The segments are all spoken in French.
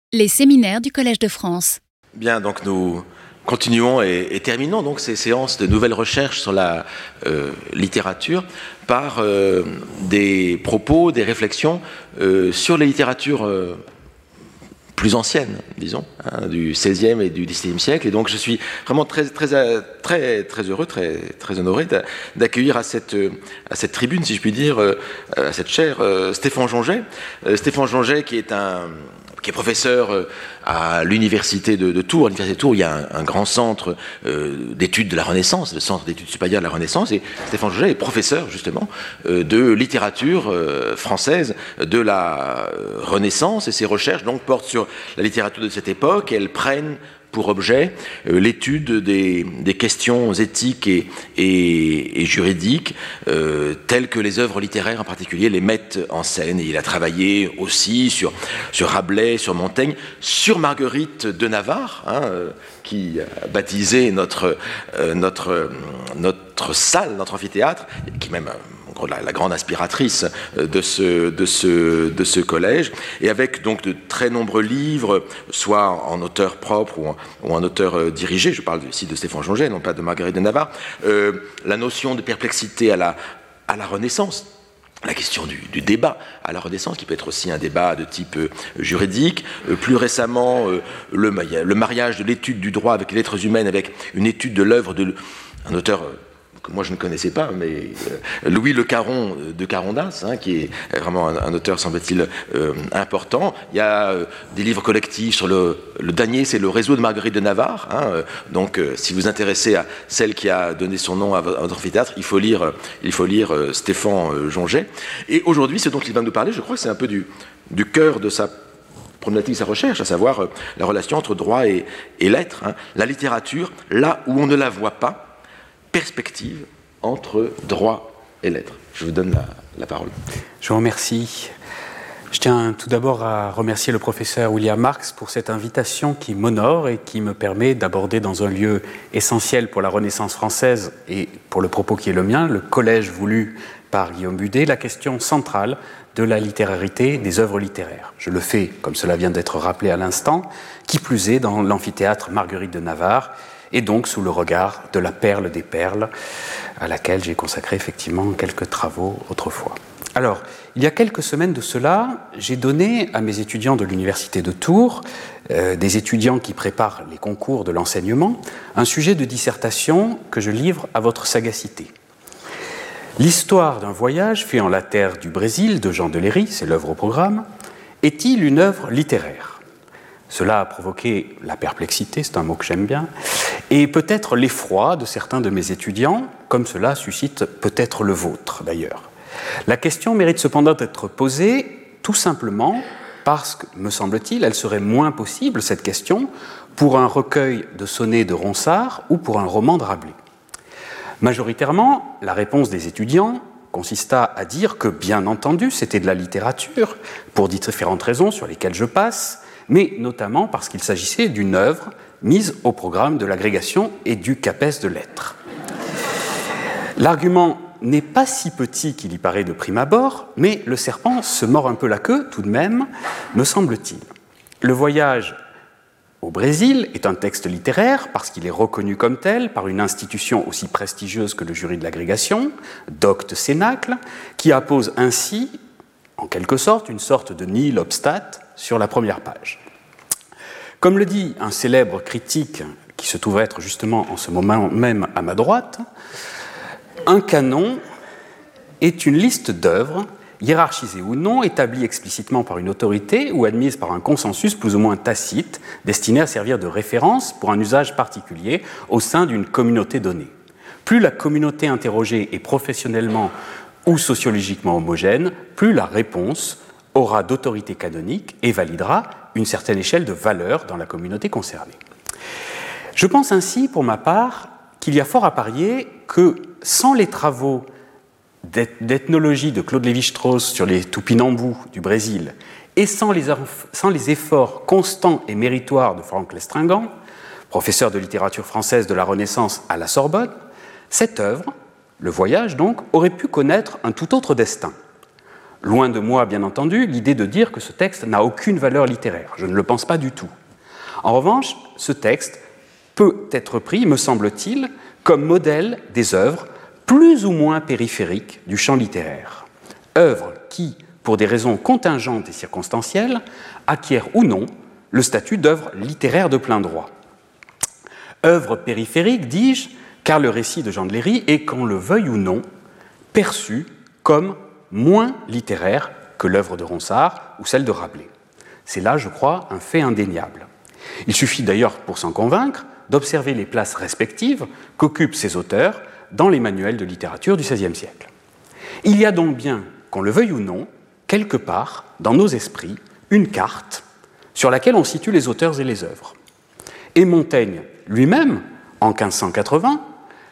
Les séminaires du Collège de France. Bien, donc nous continuons et terminons donc ces séances de nouvelles recherches sur la littérature par des propos, des réflexions sur les littératures plus anciennes, disons, du XVIe et du XVIIe siècle. Et donc je suis vraiment très heureux, très honoré d'accueillir à cette tribune, si je puis dire, à cette chaire, Stéphane Jonget. Stéphane Jonget qui est professeur à l'université de Tours. À l'université de Tours, il y a un grand centre d'études de la Renaissance, le centre d'études supérieures de la Renaissance, et Stéphane Jonget est professeur, justement, de littérature française de la Renaissance, et ses recherches, donc, portent sur la littérature de cette époque. Elles prennent pour objet l'étude des questions éthiques et juridiques telles que les œuvres littéraires en particulier les mettent en scène. Et il a travaillé aussi sur Rabelais, sur Montaigne, sur Marguerite de Navarre, qui a baptisé notre salle, notre amphithéâtre, qui est même la grande inspiratrice de ce collège, et avec donc de très nombreux livres, soit en auteur propre ou en auteur dirigé. Je parle ici de Stéphane Jonget, non pas de Marguerite de Navarre. La notion de perplexité à la Renaissance, la question du débat à la Renaissance, qui peut être aussi un débat de type juridique. Plus récemment, le mariage de l'étude du droit avec les lettres humaines, avec une étude de l'œuvre d'un auteur que moi je ne connaissais pas, mais Louis Le Caron de Carondas, qui est vraiment un auteur, semble-t-il, important. Il y a des livres collectifs sur le dernier, c'est le réseau de Marguerite de Navarre. Donc, si vous vous intéressez à celle qui a donné son nom à votre amphithéâtre, il faut lire Stéphane Jonget. Et aujourd'hui, ce dont il va nous parler, je crois que c'est un peu du cœur de sa problématique, sa recherche, à savoir la relation entre droit et lettres. La littérature, là où on ne la voit pas, perspective entre droit et lettres. Je vous donne la parole. Je vous remercie. Je tiens tout d'abord à remercier le professeur William Marx pour cette invitation qui m'honore et qui me permet d'aborder dans un lieu essentiel pour la Renaissance française et pour le propos qui est le mien, le collège voulu par Guillaume Budet, la question centrale de la littérarité des œuvres littéraires. Je le fais, comme cela vient d'être rappelé à l'instant, qui plus est dans l'amphithéâtre Marguerite de Navarre, et donc sous le regard de la perle des perles, à laquelle j'ai consacré effectivement quelques travaux autrefois. Alors, il y a quelques semaines de cela, j'ai donné à mes étudiants de l'université de Tours, des étudiants qui préparent les concours de l'enseignement, un sujet de dissertation que je livre à votre sagacité. L'histoire d'un voyage fait en la terre du Brésil de Jean Deléry, c'est l'œuvre au programme, est-il une œuvre littéraire ? Cela a provoqué la perplexité, c'est un mot que j'aime bien, et peut-être l'effroi de certains de mes étudiants, comme cela suscite peut-être le vôtre d'ailleurs. La question mérite cependant d'être posée tout simplement parce que, me semble-t-il, elle serait moins possible, cette question, pour un recueil de sonnets de Ronsard ou pour un roman de Rabelais. Majoritairement, la réponse des étudiants consista à dire que, bien entendu, c'était de la littérature, pour différentes raisons sur lesquelles je passe, mais notamment parce qu'il s'agissait d'une œuvre mise au programme de l'agrégation et du CAPES de lettres. L'argument n'est pas si petit qu'il y paraît de prime abord, mais le serpent se mord un peu la queue, tout de même, me semble-t-il. Le voyage au Brésil est un texte littéraire parce qu'il est reconnu comme tel par une institution aussi prestigieuse que le jury de l'agrégation, Docte Cénacle, qui appose ainsi, en quelque sorte, une sorte de nihil obstat sur la première page. Comme le dit un célèbre critique qui se trouve être justement en ce moment même à ma droite, un canon est une liste d'œuvres, hiérarchisées ou non, établies explicitement par une autorité ou admises par un consensus plus ou moins tacite, destiné à servir de référence pour un usage particulier au sein d'une communauté donnée. Plus la communauté interrogée est professionnellement ou sociologiquement homogène, plus la réponse aura d'autorité canonique et validera une certaine échelle de valeur dans la communauté concernée. Je pense ainsi, pour ma part, qu'il y a fort à parier que, sans les travaux d'ethnologie de Claude Lévi-Strauss sur les Tupinambás du Brésil et sans les efforts constants et méritoires de Franck Lestringant, professeur de littérature française de la Renaissance à la Sorbonne, cette œuvre, le voyage donc, aurait pu connaître un tout autre destin. Loin de moi, bien entendu, l'idée de dire que ce texte n'a aucune valeur littéraire. Je ne le pense pas du tout. En revanche, ce texte peut être pris, me semble-t-il, comme modèle des œuvres plus ou moins périphériques du champ littéraire. Œuvres qui, pour des raisons contingentes et circonstancielles, acquièrent ou non le statut d'œuvre littéraire de plein droit. Œuvre périphérique, dis-je, car le récit de Jean de Léry est, qu'on le veuille ou non, perçu comme moins littéraire que l'œuvre de Ronsard ou celle de Rabelais. C'est là, je crois, un fait indéniable. Il suffit d'ailleurs, pour s'en convaincre, d'observer les places respectives qu'occupent ces auteurs dans les manuels de littérature du XVIe siècle. Il y a donc bien, qu'on le veuille ou non, quelque part, dans nos esprits, une carte sur laquelle on situe les auteurs et les œuvres. Et Montaigne lui-même, en 1580,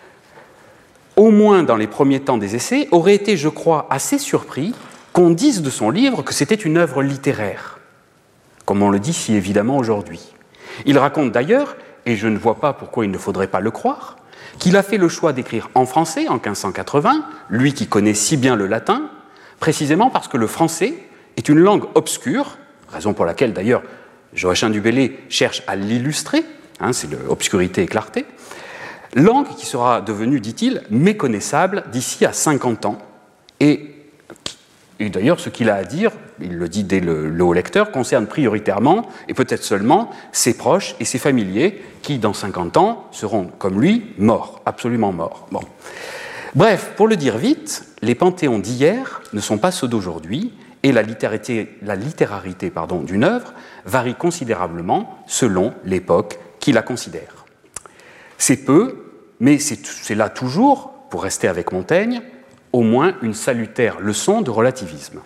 au moins dans les premiers temps des essais, aurait été, je crois, assez surpris qu'on dise de son livre que c'était une œuvre littéraire, comme on le dit si évidemment aujourd'hui. Il raconte d'ailleurs, et je ne vois pas pourquoi il ne faudrait pas le croire, qu'il a fait le choix d'écrire en français en 1580, lui qui connaît si bien le latin, précisément parce que le français est une langue obscure, raison pour laquelle d'ailleurs Joachim du Bellay cherche à l'illustrer, c'est l'obscurité et clarté, langue qui sera devenue, dit-il, méconnaissable d'ici à 50 ans, et d'ailleurs, ce qu'il a à dire, il le dit dès le haut lecteur, concerne prioritairement, et peut-être seulement, ses proches et ses familiers, qui, dans 50 ans, seront, comme lui, morts, absolument morts. Bon. Bref, pour le dire vite, les panthéons d'hier ne sont pas ceux d'aujourd'hui, et la littérarité d'une œuvre varie considérablement selon l'époque qui la considère. C'est peu, mais c'est là toujours, pour rester avec Montaigne, au moins une salutaire leçon de relativisme.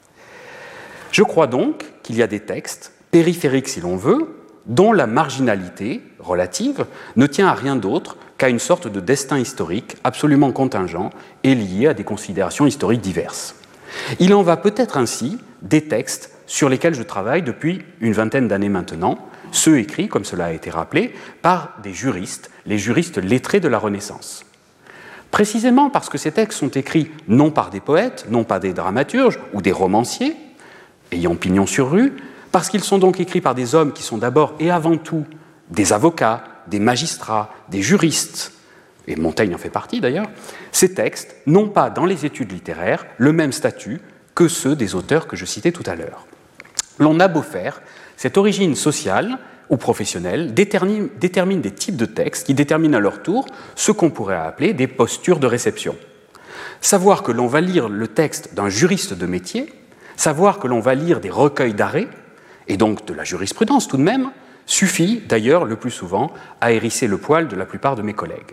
Je crois donc qu'il y a des textes, périphériques si l'on veut, dont la marginalité relative ne tient à rien d'autre qu'à une sorte de destin historique absolument contingent et lié à des considérations historiques diverses. Il en va peut-être ainsi des textes sur lesquels je travaille depuis une vingtaine d'années maintenant, ceux écrits, comme cela a été rappelé, par des juristes, les juristes lettrés de la Renaissance. Précisément parce que ces textes sont écrits non par des poètes, non par des dramaturges ou des romanciers, ayant pignon sur rue, parce qu'ils sont donc écrits par des hommes qui sont d'abord et avant tout des avocats, des magistrats, des juristes, et Montaigne en fait partie d'ailleurs, ces textes n'ont pas dans les études littéraires le même statut que ceux des auteurs que je citais tout à l'heure. L'on a beau faire, cette origine sociale ou professionnelle détermine des types de textes qui déterminent à leur tour ce qu'on pourrait appeler des postures de réception. Savoir que l'on va lire le texte d'un juriste de métier, savoir que l'on va lire des recueils d'arrêts, et donc de la jurisprudence tout de même, suffit d'ailleurs le plus souvent à hérisser le poil de la plupart de mes collègues.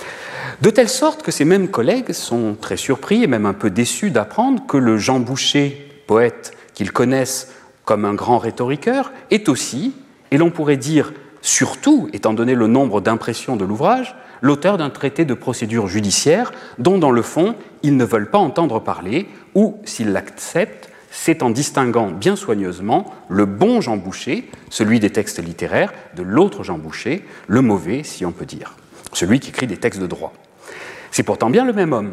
De telle sorte que ces mêmes collègues sont très surpris et même un peu déçus d'apprendre que le Jean Boucher, poète qu'ils connaissent comme un grand rhétoriqueur, est aussi, et l'on pourrait dire surtout, étant donné le nombre d'impressions de l'ouvrage, l'auteur d'un traité de procédure judiciaire dont, dans le fond, ils ne veulent pas entendre parler, ou, s'ils l'acceptent, c'est en distinguant bien soigneusement le bon Jean Boucher, celui des textes littéraires, de l'autre Jean Boucher, le mauvais, si on peut dire, celui qui écrit des textes de droit. C'est pourtant bien le même homme.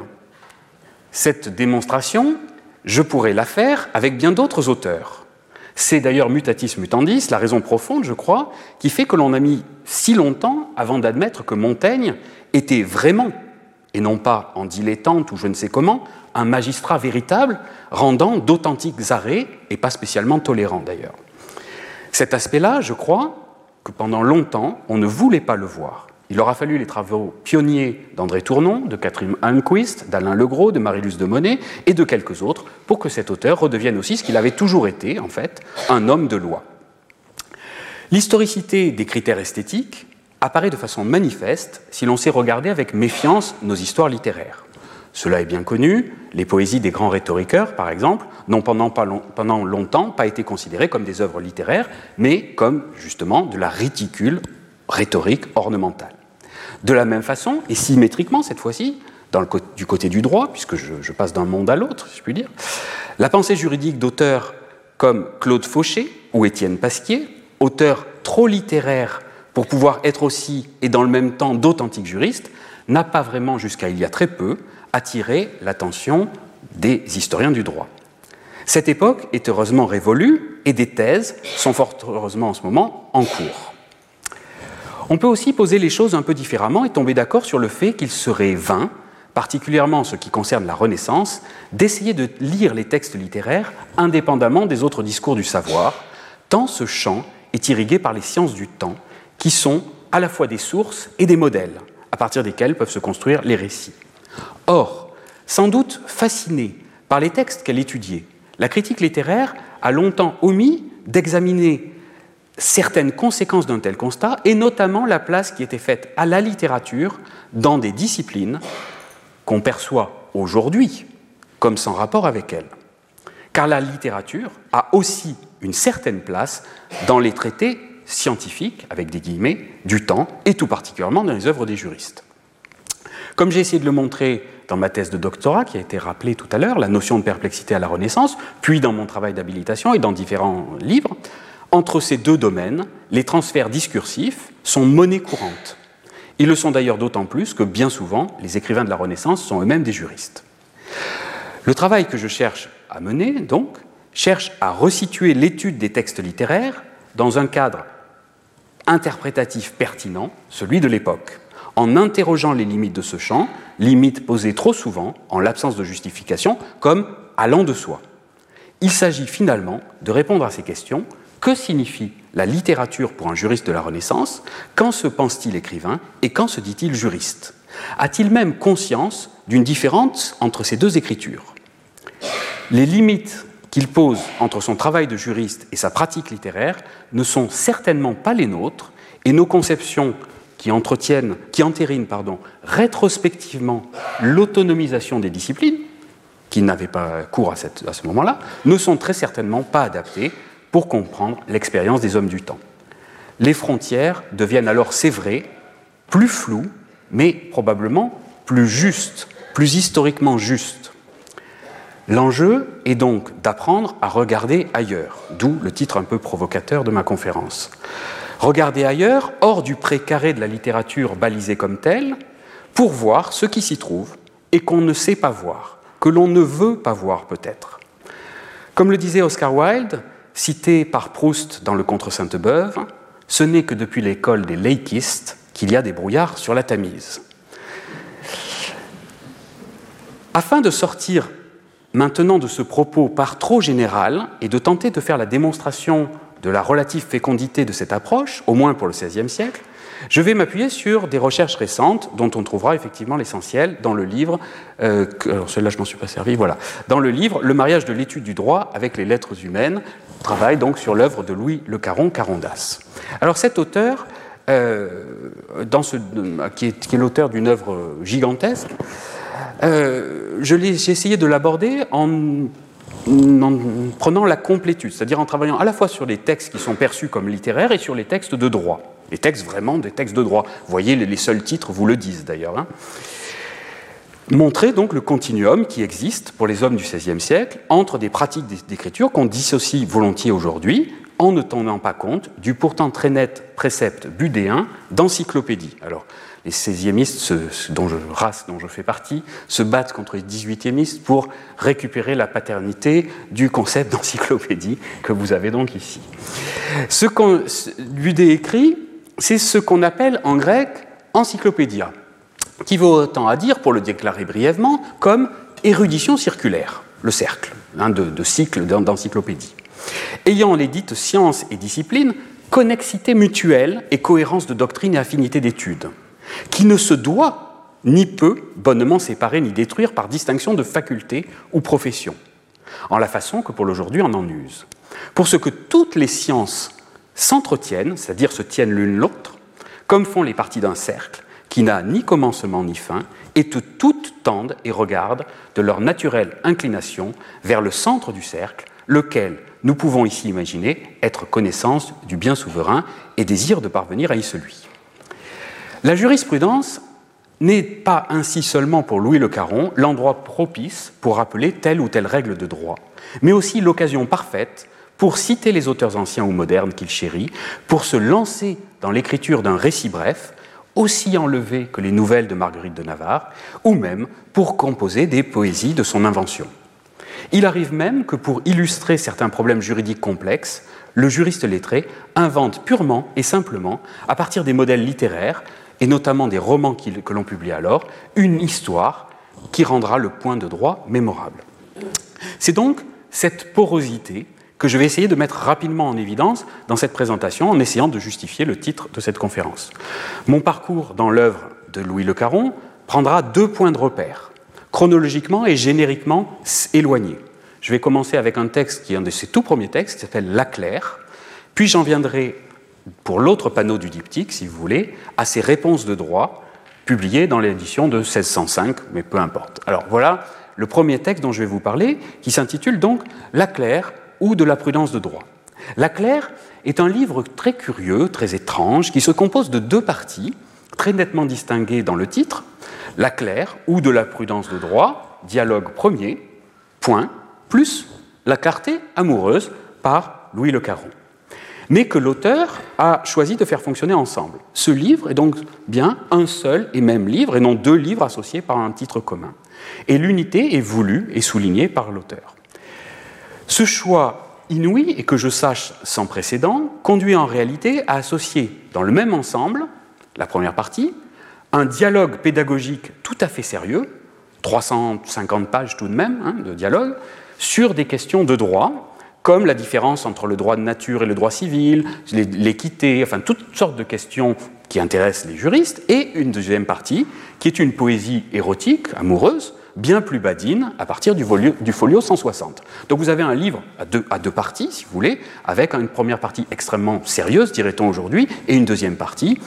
Cette démonstration, je pourrais la faire avec bien d'autres auteurs. C'est d'ailleurs mutatis mutandis, la raison profonde, je crois, qui fait que l'on a mis si longtemps avant d'admettre que Montaigne était vraiment, et non pas en dilettante ou je ne sais comment, un magistrat véritable, rendant d'authentiques arrêts, et pas spécialement tolérant d'ailleurs. Cet aspect-là, je crois que pendant longtemps, on ne voulait pas le voir. Il aura fallu les travaux pionniers d'André Tournon, de Catherine Almquist, d'Alain Legros, de Marie-Luce de Monet et de quelques autres pour que cet auteur redevienne aussi ce qu'il avait toujours été, en fait, un homme de loi. L'historicité des critères esthétiques apparaît de façon manifeste si l'on sait regarder avec méfiance nos histoires littéraires. Cela est bien connu, les poésies des grands rhétoriqueurs, par exemple, n'ont pendant longtemps pas été considérées comme des œuvres littéraires, mais comme, justement, de la réticule rhétorique ornementale. De la même façon, et symétriquement cette fois-ci, du côté du droit, puisque je passe d'un monde à l'autre, si je puis dire, la pensée juridique d'auteurs comme Claude Fauché ou Étienne Pasquier, auteurs trop littéraires pour pouvoir être aussi, et dans le même temps, d'authentiques juristes, n'a pas vraiment, jusqu'à il y a très peu, attiré l'attention des historiens du droit. Cette époque est heureusement révolue et des thèses sont fort heureusement en ce moment en cours. On peut aussi poser les choses un peu différemment et tomber d'accord sur le fait qu'il serait vain, particulièrement en ce qui concerne la Renaissance, d'essayer de lire les textes littéraires indépendamment des autres discours du savoir, tant ce champ est irrigué par les sciences du temps, qui sont à la fois des sources et des modèles, à partir desquels peuvent se construire les récits. Or, sans doute fascinée par les textes qu'elle étudiait, la critique littéraire a longtemps omis d'examiner certaines conséquences d'un tel constat, et notamment la place qui était faite à la littérature dans des disciplines qu'on perçoit aujourd'hui comme sans rapport avec elle. Car la littérature a aussi une certaine place dans les traités scientifiques, avec des guillemets, du temps, et tout particulièrement dans les œuvres des juristes. Comme j'ai essayé de le montrer dans ma thèse de doctorat, qui a été rappelée tout à l'heure, la notion de perplexité à la Renaissance, puis dans mon travail d'habilitation et dans différents livres, entre ces deux domaines, les transferts discursifs sont monnaie courante. Ils le sont d'ailleurs d'autant plus que bien souvent, les écrivains de la Renaissance sont eux-mêmes des juristes. Le travail que je cherche à mener, donc, cherche à resituer l'étude des textes littéraires dans un cadre interprétatif pertinent, celui de l'époque, en interrogeant les limites de ce champ, limites posées trop souvent, en l'absence de justification, comme allant de soi. Il s'agit finalement de répondre à ces questions. Que signifie la littérature pour un juriste de la Renaissance? Quand se pense-t-il écrivain et quand se dit-il juriste? A-t-il même conscience d'une différence entre ces deux écritures? Les limites qu'il pose entre son travail de juriste et sa pratique littéraire ne sont certainement pas les nôtres, et nos conceptions qui entérinent rétrospectivement l'autonomisation des disciplines, qui n'avaient pas cours à ce moment-là, ne sont très certainement pas adaptées pour comprendre l'expérience des hommes du temps. Les frontières deviennent alors, c'est vrai, plus floues, mais probablement plus justes, plus historiquement justes. L'enjeu est donc d'apprendre à regarder ailleurs, d'où le titre un peu provocateur de ma conférence. Regarder ailleurs, hors du précaré de la littérature balisée comme telle, pour voir ce qui s'y trouve et qu'on ne sait pas voir, que l'on ne veut pas voir peut-être. Comme le disait Oscar Wilde, cité par Proust dans le Contre Sainte-Beuve, ce n'est que depuis l'école des laïcistes qu'il y a des brouillards sur la Tamise. Afin de sortir maintenant de ce propos par trop général et de tenter de faire la démonstration de la relative fécondité de cette approche, au moins pour le XVIe siècle, je vais m'appuyer sur des recherches récentes dont on trouvera effectivement l'essentiel dans le livre, alors celle-là je m'en suis pas servi, voilà, dans le livre « Le mariage de l'étude du droit avec les lettres humaines », travail donc sur l'œuvre de Louis Le Caron, Carondas. Alors cet auteur, qui est l'auteur d'une œuvre gigantesque, j'ai essayé de l'aborder en prenant la complétude, c'est-à-dire en travaillant à la fois sur les textes qui sont perçus comme littéraires et sur les textes de droit. Les textes vraiment des textes de droit. Vous voyez, les seuls titres vous le disent d'ailleurs. Montrer donc le continuum qui existe pour les hommes du XVIe siècle entre des pratiques d'écriture qu'on dissocie volontiers aujourd'hui en ne tenant pas compte du pourtant très net précepte budéen d'encyclopédie. Alors, les 16e-istes, dont je fais partie, se battent contre les 18e-istes pour récupérer la paternité du concept d'encyclopédie que vous avez donc ici. Ce qu'on Budé écrit, c'est ce qu'on appelle en grec encyclopédia, qui vaut autant à dire, pour le déclarer brièvement, comme érudition circulaire, le cercle de cycle d'encyclopédie. Ayant les dites sciences et disciplines, connexité mutuelle et cohérence de doctrine et affinité d'étude, qui ne se doit ni peut bonnement séparer ni détruire par distinction de faculté ou profession, en la façon que pour l'aujourd'hui on en use. Pour ce que toutes les sciences s'entretiennent, c'est-à-dire se tiennent l'une l'autre, comme font les parties d'un cercle, qui n'a ni commencement ni fin, et que toutes tendent et regardent de leur naturelle inclination vers le centre du cercle, lequel, nous pouvons ici imaginer, être connaissance du bien souverain et désir de parvenir à y celui. La jurisprudence n'est pas ainsi seulement pour Louis Le Caron l'endroit propice pour rappeler telle ou telle règle de droit, mais aussi l'occasion parfaite pour citer les auteurs anciens ou modernes qu'il chérit, pour se lancer dans l'écriture d'un récit bref, aussi enlevé que les nouvelles de Marguerite de Navarre, ou même pour composer des poésies de son invention. Il arrive même que pour illustrer certains problèmes juridiques complexes, le juriste lettré invente purement et simplement, à partir des modèles littéraires, et notamment des romans que l'on publie alors, une histoire qui rendra le point de droit mémorable. C'est donc cette porosité que je vais essayer de mettre rapidement en évidence dans cette présentation en essayant de justifier le titre de cette conférence. Mon parcours dans l'œuvre de Louis Le Caron prendra 2 points de repère, chronologiquement et génériquement éloignés. Je vais commencer avec un texte qui est un de ses tout premiers textes, qui s'appelle Laclaire, puis j'en viendrai, pour l'autre panneau du diptyque, si vous voulez, à ses réponses de droit, publiées dans l'édition de 1605, mais peu importe. Alors voilà le premier texte dont je vais vous parler, qui s'intitule donc Laclaire ou de la prudence de droit. Laclaire est un livre très curieux, très étrange, qui se compose de 2 parties, très nettement distinguées dans le titre, Laclaire ou de la prudence de droit, dialogue premier, point, plus la clarté amoureuse par Louis Le Caron. Mais que l'auteur a choisi de faire fonctionner ensemble. Ce livre est donc bien un seul et même livre, et non 2 livres associés par un titre commun. Et l'unité est voulue et soulignée par l'auteur. Ce choix inouï, et que je sache sans précédent, conduit en réalité à associer dans le même ensemble, la première partie, un dialogue pédagogique tout à fait sérieux, 350 pages tout de même de dialogue, sur des questions de droit, comme la différence entre le droit de nature et le droit civil, l'équité, enfin toutes sortes de questions qui intéressent les juristes, et une deuxième partie qui est une poésie érotique, amoureuse, bien plus badine, à partir du folio 160. Donc vous avez un livre à deux parties, si vous voulez, avec une première partie extrêmement sérieuse, dirait-on aujourd'hui, et une deuxième partie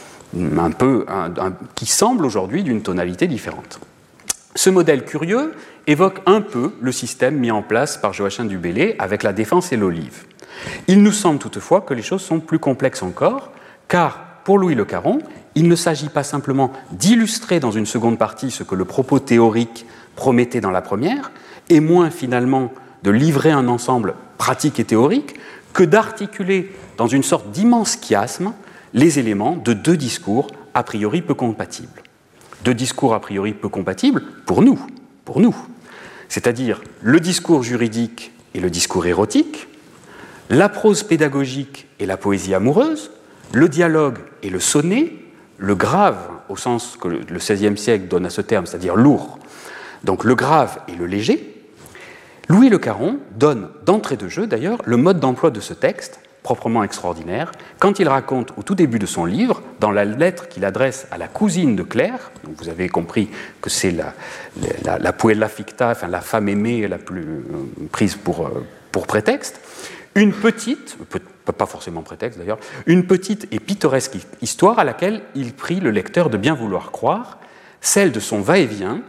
qui semble aujourd'hui d'une tonalité différente. Ce modèle curieux évoque un peu le système mis en place par Joachim du Bellay avec la défense et l'olive. Il nous semble toutefois que les choses sont plus complexes encore, car pour Louis Le Caron, il ne s'agit pas simplement d'illustrer dans une seconde partie ce que le propos théorique promettait dans la première, et moins finalement de livrer un ensemble pratique et théorique, que d'articuler dans une sorte d'immense chiasme les éléments de 2 discours a priori peu compatibles. 2 discours a priori peu compatibles pour nous, c'est-à-dire le discours juridique et le discours érotique, la prose pédagogique et la poésie amoureuse, le dialogue et le sonnet, le grave au sens que le XVIe siècle donne à ce terme, c'est-à-dire lourd, donc le grave et le léger. Louis Le Caron donne d'entrée de jeu d'ailleurs le mode d'emploi de ce texte, proprement extraordinaire, quand il raconte au tout début de son livre, dans la lettre qu'il adresse à la cousine de Claire, donc vous avez compris que c'est la puella ficta, enfin la femme aimée la plus prise pour prétexte, une petite, pas forcément prétexte d'ailleurs, une petite et pittoresque histoire à laquelle il prie le lecteur de bien vouloir croire, celle de son va-et-vient,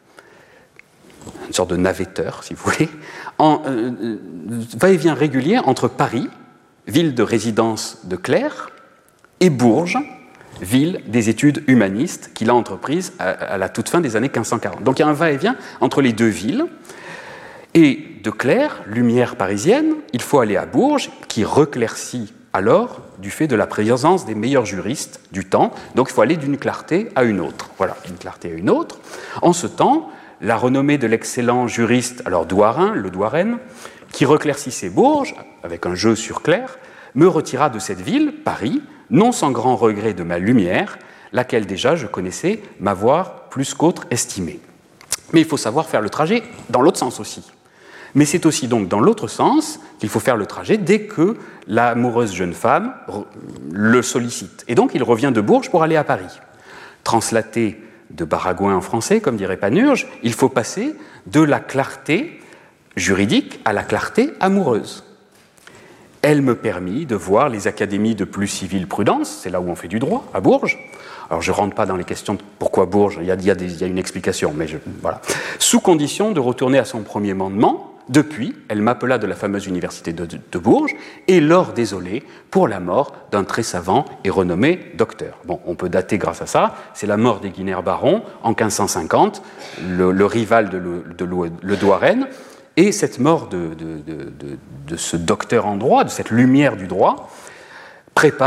une sorte de navetteur si vous voulez, va-et-vient régulier entre Paris, ville de résidence de Claire, et Bourges, ville des études humanistes qu'il a entreprise à la toute fin des années 1540. Donc il y a un va-et-vient entre les 2 villes, et de Claire, lumière parisienne, il faut aller à Bourges, qui reclaircit alors du fait de la présence des meilleurs juristes du temps, donc il faut aller d'une clarté à une autre. Voilà, d'une clarté à une autre. En ce temps, la renommée de l'excellent juriste, alors Douarin, le Douaren, qui reclaircissait Bourges, avec un jeu sur Claire, me retira de cette ville, Paris, non sans grand regret de ma lumière, laquelle déjà je connaissais m'avoir plus qu'autre estimée. Mais il faut savoir faire le trajet dans l'autre sens aussi. Mais c'est aussi donc dans l'autre sens qu'il faut faire le trajet dès que l'amoureuse jeune femme le sollicite. Et donc il revient de Bourges pour aller à Paris. Translaté de Baragouin en français, comme dirait Panurge, il faut passer de la clarté juridique à la clarté amoureuse. Elle me permit de voir les académies de plus civile prudence, c'est là où on fait du droit, à Bourges. Alors je ne rentre pas dans les questions de pourquoi Bourges, il y a une explication, mais voilà. Sous condition de retourner à son premier mandement. Depuis, elle m'appela de la fameuse université de Bourges, et l'or désolé pour la mort d'un très savant et renommé docteur. Bon, on peut dater grâce à ça, c'est la mort d'Aiguinère Baron en 1550, le rival de Le Douaren, et cette mort de ce docteur en droit, de cette lumière du droit, prépare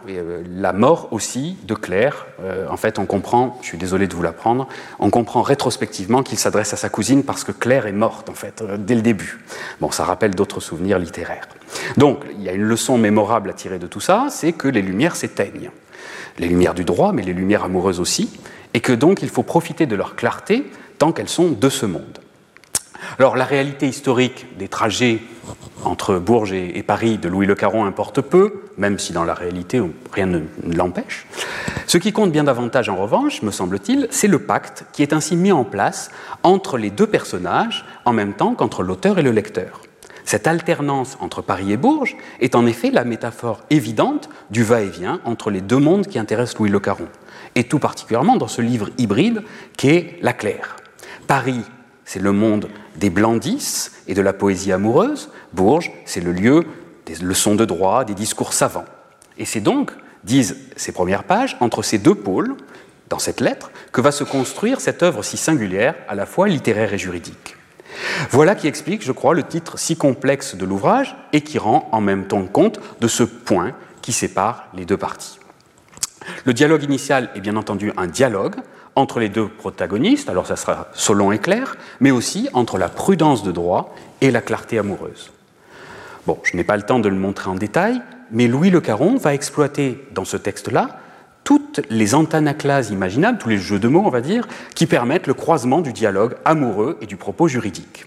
la mort aussi de Claire. En fait, on comprend, je suis désolé de vous l'apprendre, on comprend rétrospectivement qu'il s'adresse à sa cousine parce que Claire est morte, en fait, dès le début. Bon, ça rappelle d'autres souvenirs littéraires. Donc, il y a une leçon mémorable à tirer de tout ça, c'est que les lumières s'éteignent. Les lumières du droit, mais les lumières amoureuses aussi, et que donc il faut profiter de leur clarté tant qu'elles sont de ce monde. Alors, la réalité historique des trajets entre Bourges et Paris de Louis Le Caron importe peu, même si dans la réalité rien ne l'empêche. Ce qui compte bien davantage en revanche, me semble-t-il, c'est le pacte qui est ainsi mis en place entre les deux personnages en même temps qu'entre l'auteur et le lecteur. Cette alternance entre Paris et Bourges est en effet la métaphore évidente du va-et-vient entre les deux mondes qui intéressent Louis Le Caron, et tout particulièrement dans ce livre hybride qu'est La Claire. Paris, c'est le monde des Blandis et de la poésie amoureuse. Bourges, c'est le lieu des leçons de droit, des discours savants. Et c'est donc, disent ces premières pages, entre ces deux pôles, dans cette lettre, que va se construire cette œuvre si singulière, à la fois littéraire et juridique. Voilà qui explique, je crois, le titre si complexe de l'ouvrage et qui rend en même temps compte de ce point qui sépare les deux parties. Le dialogue initial est bien entendu un dialogue entre les deux protagonistes, alors ça sera Solon et Claire, mais aussi entre la prudence de droit et la clarté amoureuse. Bon, je n'ai pas le temps de le montrer en détail, mais Louis Le Caron va exploiter dans ce texte-là toutes les antanaclases imaginables, tous les jeux de mots, on va dire, qui permettent le croisement du dialogue amoureux et du propos juridique.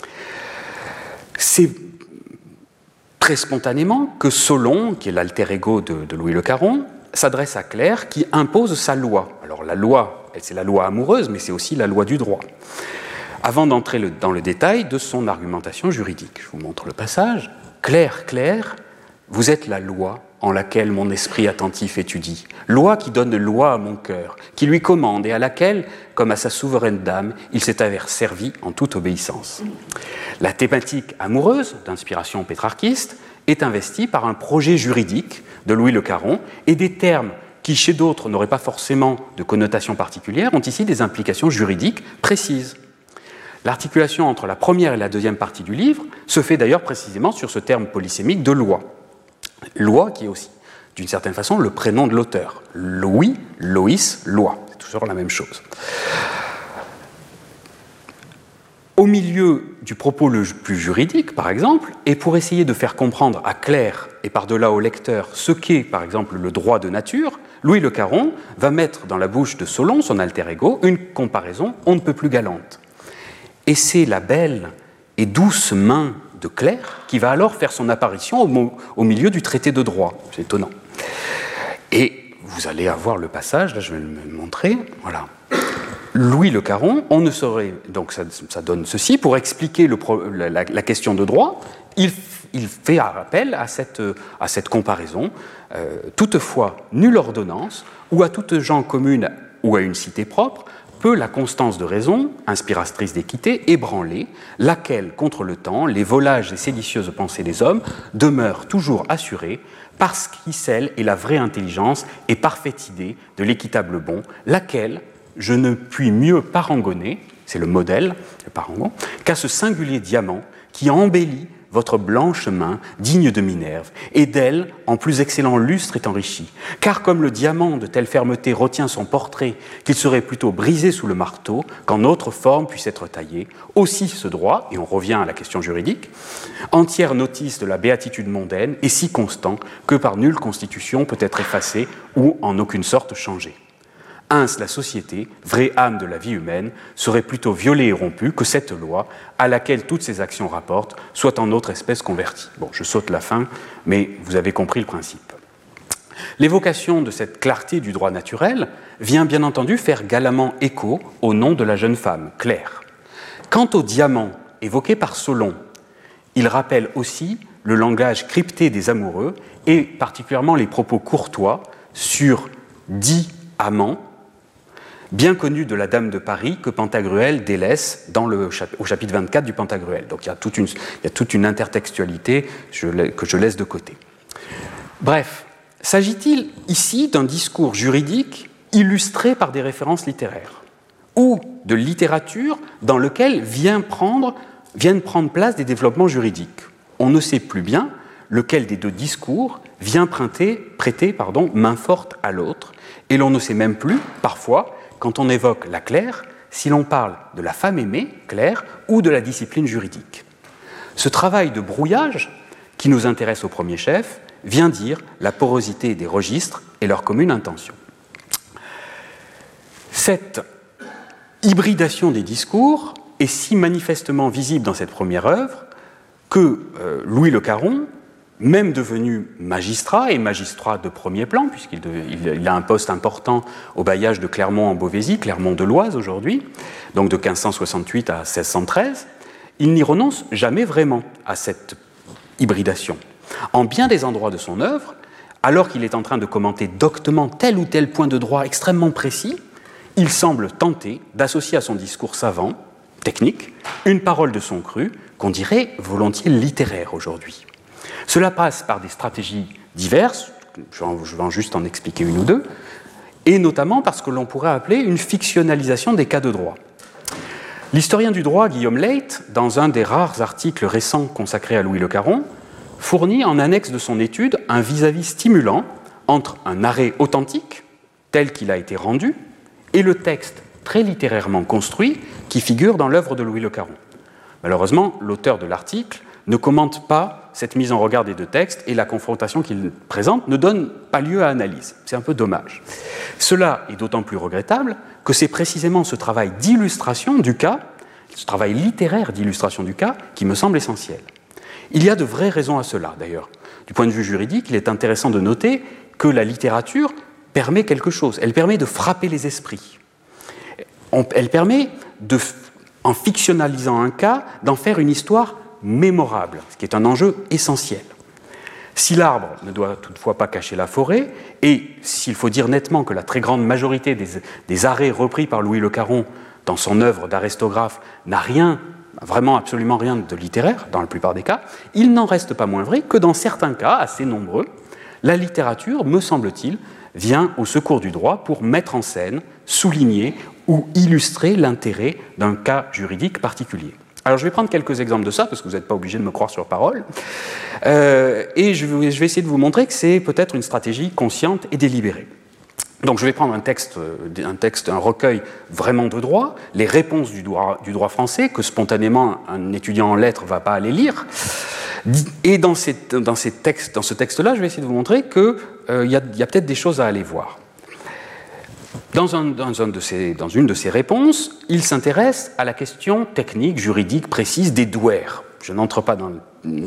C'est très spontanément que Solon, qui est l'alter ego de Louis Le Caron, s'adresse à Claire qui impose sa loi. Alors la loi, c'est la loi amoureuse, mais c'est aussi la loi du droit. Avant d'entrer dans le détail de son argumentation juridique, je vous montre le passage. Claire, Claire, vous êtes la loi en laquelle mon esprit attentif étudie, loi qui donne loi à mon cœur, qui lui commande et à laquelle, comme à sa souveraine dame, il s'est servi en toute obéissance. La thématique amoureuse, d'inspiration pétrarchiste, est investie par un projet juridique de Louis Le Caron et des termes qui, chez d'autres, n'auraient pas forcément de connotation particulière, ont ici des implications juridiques précises. L'articulation entre la première et la deuxième partie du livre se fait d'ailleurs précisément sur ce terme polysémique de loi. Loi qui est aussi, d'une certaine façon, le prénom de l'auteur. Louis, Loïs, loi. C'est toujours la même chose. Au milieu du propos le plus juridique, par exemple, et pour essayer de faire comprendre à Claire et par-delà au lecteur ce qu'est, par exemple, le droit de nature, Louis Le Caron va mettre dans la bouche de Solon, son alter ego, une comparaison on ne peut plus galante. Et c'est la belle et douce main de Claire qui va alors faire son apparition au milieu du traité de droit. C'est étonnant. Et vous allez avoir le passage, là je vais le montrer, voilà. Louis Le Caron, on ne saurait, donc ça donne ceci, pour expliquer la question de droit, il fait appel à cette comparaison. Toutefois, nulle ordonnance, ou à toute gens commune ou à une cité propre, peut la constance de raison, inspiratrice d'équité, ébranler, laquelle, contre le temps, les volages et séditieuses pensées des hommes demeurent toujours assurées, parce qui celle est la vraie intelligence et parfaite idée de l'équitable bon, laquelle je ne puis mieux parangonner, c'est le modèle, le parangon, qu'à ce singulier diamant qui embellit votre blanche main digne de Minerve, et d'elle, en plus excellent lustre, est enrichi. Car comme le diamant de telle fermeté retient son portrait, qu'il serait plutôt brisé sous le marteau, qu'en autre forme puisse être taillé, aussi ce droit, et on revient à la question juridique, entière notice de la béatitude mondaine, est si constant que par nulle constitution peut être effacé ou en aucune sorte changé. Ainsi, la société, vraie âme de la vie humaine, serait plutôt violée et rompue que cette loi, à laquelle toutes ces actions rapportent, soit en autre espèce convertie. Bon, je saute la fin, mais vous avez compris le principe. L'évocation de cette clarté du droit naturel vient bien entendu faire galamment écho au nom de la jeune femme, Claire. Quant au diamant évoqué par Solon, il rappelle aussi le langage crypté des amoureux et particulièrement les propos courtois sur « dit amant », bien connu de la Dame de Paris que Pantagruel délaisse au chapitre 24 du Pantagruel. Donc il y a toute une intertextualité que je laisse de côté. Bref, s'agit-il ici d'un discours juridique illustré par des références littéraires ou de littérature dans lequel viennent prendre place des développements juridiques ? On ne sait plus bien lequel des deux discours vient prêter main forte à l'autre, et l'on ne sait même plus, parfois, quand on évoque la Claire, si l'on parle de la femme aimée, Claire, ou de la discipline juridique. Ce travail de brouillage, qui nous intéresse au premier chef, vient dire la porosité des registres et leur commune intention. Cette hybridation des discours est si manifestement visible dans cette première œuvre que Louis Le Caron, même devenu magistrat et magistrat de premier plan, puisqu'il a un poste important au bailliage de Clermont en Beauvaisis, Clermont de l'Oise aujourd'hui, donc de 1568 à 1613, il n'y renonce jamais vraiment à cette hybridation. En bien des endroits de son œuvre, alors qu'il est en train de commenter doctement tel ou tel point de droit extrêmement précis, il semble tenter d'associer à son discours savant, technique, une parole de son cru qu'on dirait volontiers littéraire aujourd'hui. Cela passe par des stratégies diverses, je vais juste en expliquer une ou deux, et notamment par ce que l'on pourrait appeler une fictionnalisation des cas de droit. L'historien du droit Guillaume Leite, dans un des rares articles récents consacrés à Louis Le Caron, fournit en annexe de son étude un vis-à-vis stimulant entre un arrêt authentique, tel qu'il a été rendu, et le texte très littérairement construit qui figure dans l'œuvre de Louis Le Caron. Malheureusement, l'auteur de l'article ne commente pas cette mise en regard des deux textes et la confrontation qu'il présente ne donne pas lieu à analyse. C'est un peu dommage. Cela est d'autant plus regrettable que c'est précisément ce travail d'illustration du cas, ce travail littéraire d'illustration du cas, qui me semble essentiel. Il y a de vraies raisons à cela, d'ailleurs. Du point de vue juridique, il est intéressant de noter que la littérature permet quelque chose. Elle permet de frapper les esprits. Elle permet, en fictionnalisant un cas, d'en faire une histoire mémorable, ce qui est un enjeu essentiel. Si l'arbre ne doit toutefois pas cacher la forêt, et s'il faut dire nettement que la très grande majorité des arrêts repris par Louis Le Caron dans son œuvre d'aristographe n'a rien, vraiment absolument rien de littéraire, dans la plupart des cas, il n'en reste pas moins vrai que dans certains cas, assez nombreux, la littérature, me semble-t-il, vient au secours du droit pour mettre en scène, souligner ou illustrer l'intérêt d'un cas juridique particulier. Alors je vais prendre quelques exemples de ça, parce que vous n'êtes pas obligé de me croire sur parole, et je vais essayer de vous montrer que c'est peut-être une stratégie consciente et délibérée. Donc je vais prendre un recueil vraiment de droit, les réponses du droit français, que spontanément un étudiant en lettres ne va pas aller lire. Et dans ce texte-là, je vais essayer de vous montrer qu'il y a peut-être des choses à aller voir. Dans une de ses réponses, il s'intéresse à la question technique, juridique, précise des douaires. Je n'entre pas dans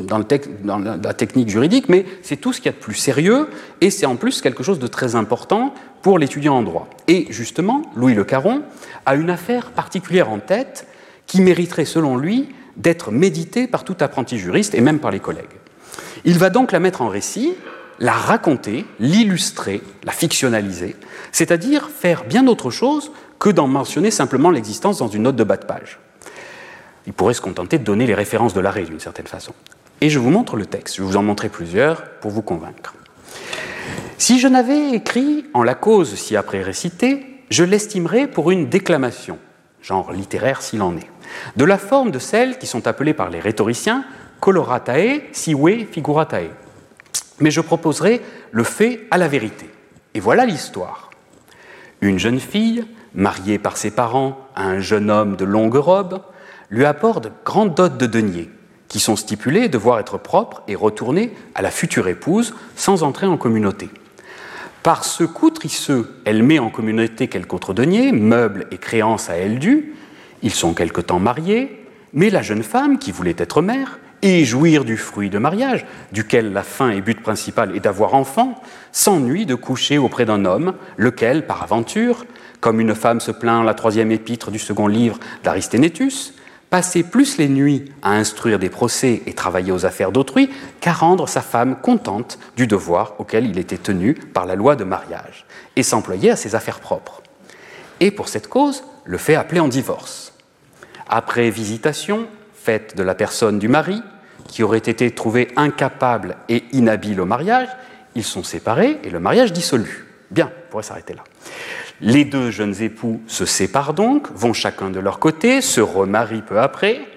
la technique juridique, mais c'est tout ce qu'il y a de plus sérieux, et c'est en plus quelque chose de très important pour l'étudiant en droit. Et justement, Louis Le Caron a une affaire particulière en tête qui mériterait, selon lui, d'être méditée par tout apprenti juriste, et même par les collègues. Il va donc la mettre en récit, la raconter, l'illustrer, la fictionnaliser, c'est-à-dire faire bien autre chose que d'en mentionner simplement l'existence dans une note de bas de page. Il pourrait se contenter de donner les références de l'arrêt d'une certaine façon. Et je vous montre le texte, je vais vous en montrer plusieurs pour vous convaincre. Si je n'avais écrit en la cause ci-après récitée, je l'estimerais pour une déclamation, genre littéraire s'il en est, de la forme de celles qui sont appelées par les rhétoriciens coloratae, sive, figuratae. Mais je proposerai le fait à la vérité. Et voilà l'histoire. Une jeune fille, mariée par ses parents à un jeune homme de longue robe, lui apporte de grandes dots de deniers, qui sont stipulés devoir être propres et retournés à la future épouse sans entrer en communauté. Par ce qu'outrisseux, elle met en communauté quelque autre denier, meubles et créances à elle dus. Ils sont quelque temps mariés, mais la jeune femme, qui voulait être mère, et jouir du fruit de mariage, duquel la fin et but principal est d'avoir enfant, s'ennuie de coucher auprès d'un homme, lequel, par aventure, comme une femme se plaint la 3e épître du second livre d'Aristénétus, passait plus les nuits à instruire des procès et travailler aux affaires d'autrui qu'à rendre sa femme contente du devoir auquel il était tenu par la loi de mariage, et s'employer à ses affaires propres. Et pour cette cause, le fait appeler en divorce. Après visitation, faite de la personne du mari, qui aurait été trouvé incapable et inhabile au mariage, ils sont séparés et le mariage dissolu. Bien, on pourrait s'arrêter là. Les deux jeunes époux se séparent donc, vont chacun de leur côté, se remarient peu après,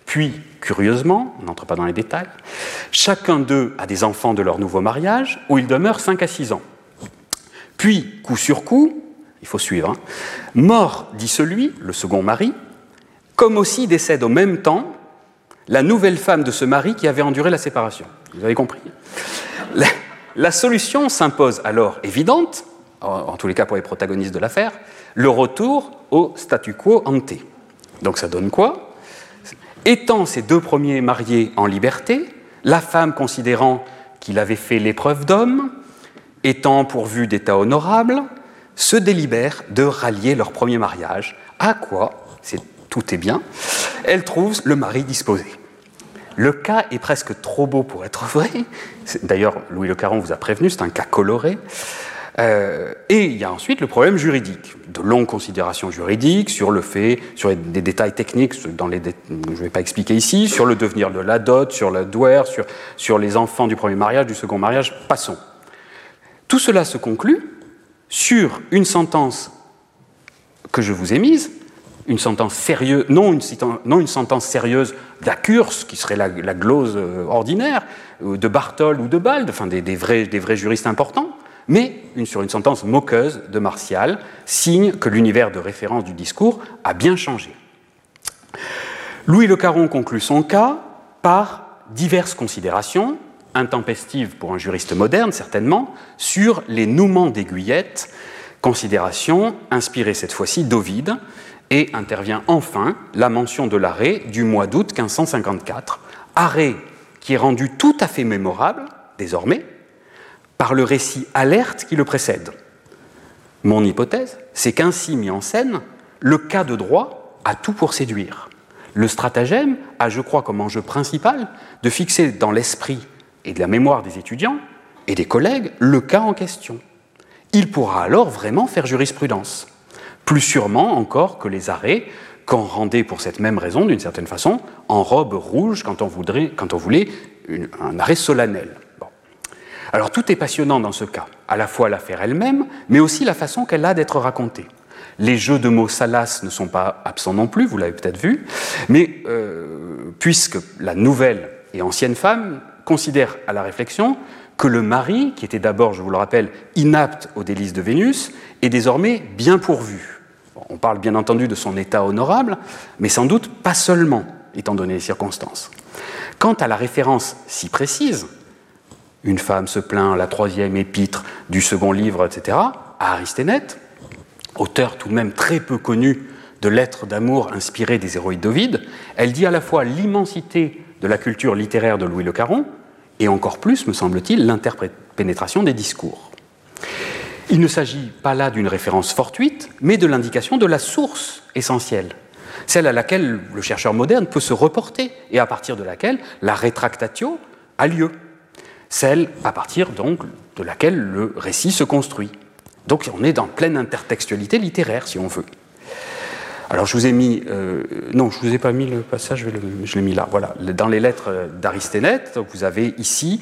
Puis, curieusement, on n'entre pas dans les détails, chacun d'eux a des enfants de leur nouveau mariage où ils demeurent 5 à 6 ans. Puis, coup sur coup, il faut suivre, mort dit celui, le second mari, comme aussi décède au même temps la nouvelle femme de ce mari qui avait enduré la séparation. Vous avez compris ? La solution s'impose alors évidente, en tous les cas pour les protagonistes de l'affaire, le retour au statu quo ante. Donc ça donne quoi ? Étant ces 2 premiers mariés en liberté, la femme considérant qu'il avait fait l'épreuve d'homme, étant pourvue d'état honorable, se délibèrent de rallier leur premier mariage, à quoi, tout est bien, elle trouve le mari disposé. Le cas est presque trop beau pour être vrai. D'ailleurs, Louis Le Caron vous a prévenu, c'est un cas coloré. Et il y a ensuite le problème juridique, de longues considérations juridiques sur le fait, sur des détails techniques, je ne vais pas expliquer ici, sur le devenir de la dot, sur la douaire, sur les enfants du premier mariage, du second mariage, passons. Tout cela se conclut sur une sentence que je vous ai mise, une sentence sérieuse, non une sentence sérieuse d'Akurs, qui serait la glose ordinaire, de Barthold ou de Bald, enfin des vrais juristes importants, mais sur une sentence moqueuse de Martial, signe que l'univers de référence du discours a bien changé. Louis Le Caron conclut son cas par diverses considérations, intempestives pour un juriste moderne certainement, sur les nouements d'aiguillettes, considération inspirée cette fois-ci d'Ovide, et intervient enfin la mention de l'arrêt du mois d'août 1554, arrêt qui est rendu tout à fait mémorable, désormais, par le récit alerte qui le précède. Mon hypothèse, c'est qu'ainsi mis en scène, le cas de droit a tout pour séduire. Le stratagème a, je crois, comme enjeu principal de fixer dans l'esprit et de la mémoire des étudiants et des collègues le cas en question. Il pourra alors vraiment faire jurisprudence. Plus sûrement encore que les arrêts qu'on rendait pour cette même raison, d'une certaine façon, en robe rouge quand on voulait un arrêt solennel. Bon. Alors tout est passionnant dans ce cas, à la fois l'affaire elle-même, mais aussi la façon qu'elle a d'être racontée. Les jeux de mots salaces ne sont pas absents non plus, vous l'avez peut-être vu, mais puisque la nouvelle et ancienne femme considère à la réflexion que le mari, qui était d'abord, je vous le rappelle, inapte aux délices de Vénus, est désormais bien pourvu. On parle bien entendu de son état honorable, mais sans doute pas seulement, étant donné les circonstances. Quant à la référence si précise, une femme se plaint à la 3e épître du second livre, etc., à Aristénète, auteur tout de même très peu connu de lettres d'amour inspirées des héroïdes d'Ovide, elle dit à la fois l'immensité de la culture littéraire de Louis Le Caron, et encore plus, me semble-t-il, l'interpénétration des discours. Il ne s'agit pas là d'une référence fortuite, mais de l'indication de la source essentielle, celle à laquelle le chercheur moderne peut se reporter et à partir de laquelle la rétractatio a lieu, celle à partir donc de laquelle le récit se construit. Donc on est dans pleine intertextualité littéraire, si on veut. Alors je vous ai mis... non, je ne vous ai pas mis le passage, je l'ai mis là. Voilà. Dans les lettres d'Aristénète, vous avez ici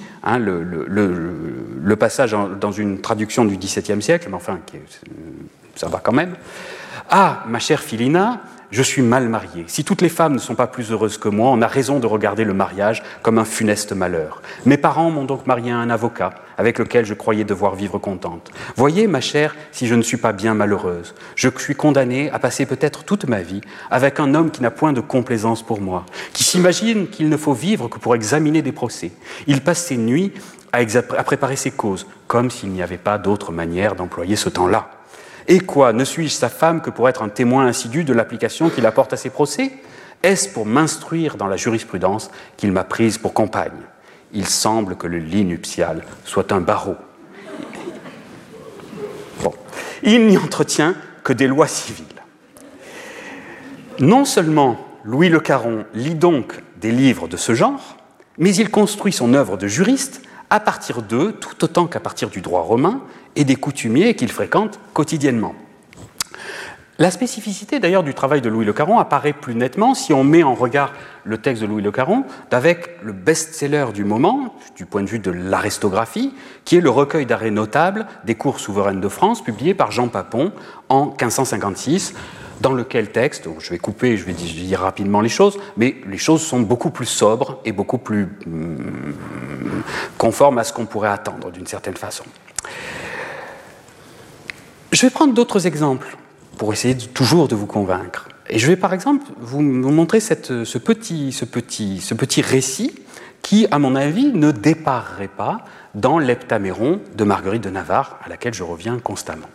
le passage dans une traduction du XVIIe siècle, mais enfin, ça va quand même. « Ah, ma chère Philina, je suis mal mariée. Si toutes les femmes ne sont pas plus heureuses que moi, on a raison de regarder le mariage comme un funeste malheur. Mes parents m'ont donc marié à un avocat avec lequel je croyais devoir vivre contente. Voyez, ma chère, si je ne suis pas bien malheureuse. Je suis condamnée à passer peut-être toute ma vie avec un homme qui n'a point de complaisance pour moi, qui s'imagine qu'il ne faut vivre que pour examiner des procès. Il passe ses nuits à préparer ses causes, comme s'il n'y avait pas d'autre manière d'employer ce temps-là. Et quoi, ne suis-je sa femme que pour être un témoin insidu de l'application qu'il apporte à ses procès ? Est-ce pour m'instruire dans la jurisprudence qu'il m'a prise pour compagne ? Il semble que le lit nuptial soit un barreau. Bon. Il n'y entretient que des lois civiles. Non seulement Louis Le Caron lit donc des livres de ce genre, mais il construit son œuvre de juriste à partir d'eux, tout autant qu'à partir du droit romain et des coutumiers qu'il fréquente quotidiennement. La spécificité d'ailleurs du travail de Louis Le Caron apparaît plus nettement si on met en regard le texte de Louis Le Caron avec le best-seller du moment, du point de vue de l'aristographie, qui est le recueil d'arrêts notables des cours souveraines de France, publié par Jean Papon en 1556, dans lequel texte, je vais couper, je vais dire rapidement les choses, mais les choses sont beaucoup plus sobres et beaucoup plus conformes à ce qu'on pourrait attendre d'une certaine façon. Je vais prendre d'autres exemples pour essayer toujours de vous convaincre. Et je vais par exemple vous montrer ce petit récit qui, à mon avis, ne déparerait pas dans l'Heptaméron de Marguerite de Navarre, à laquelle je reviens constamment.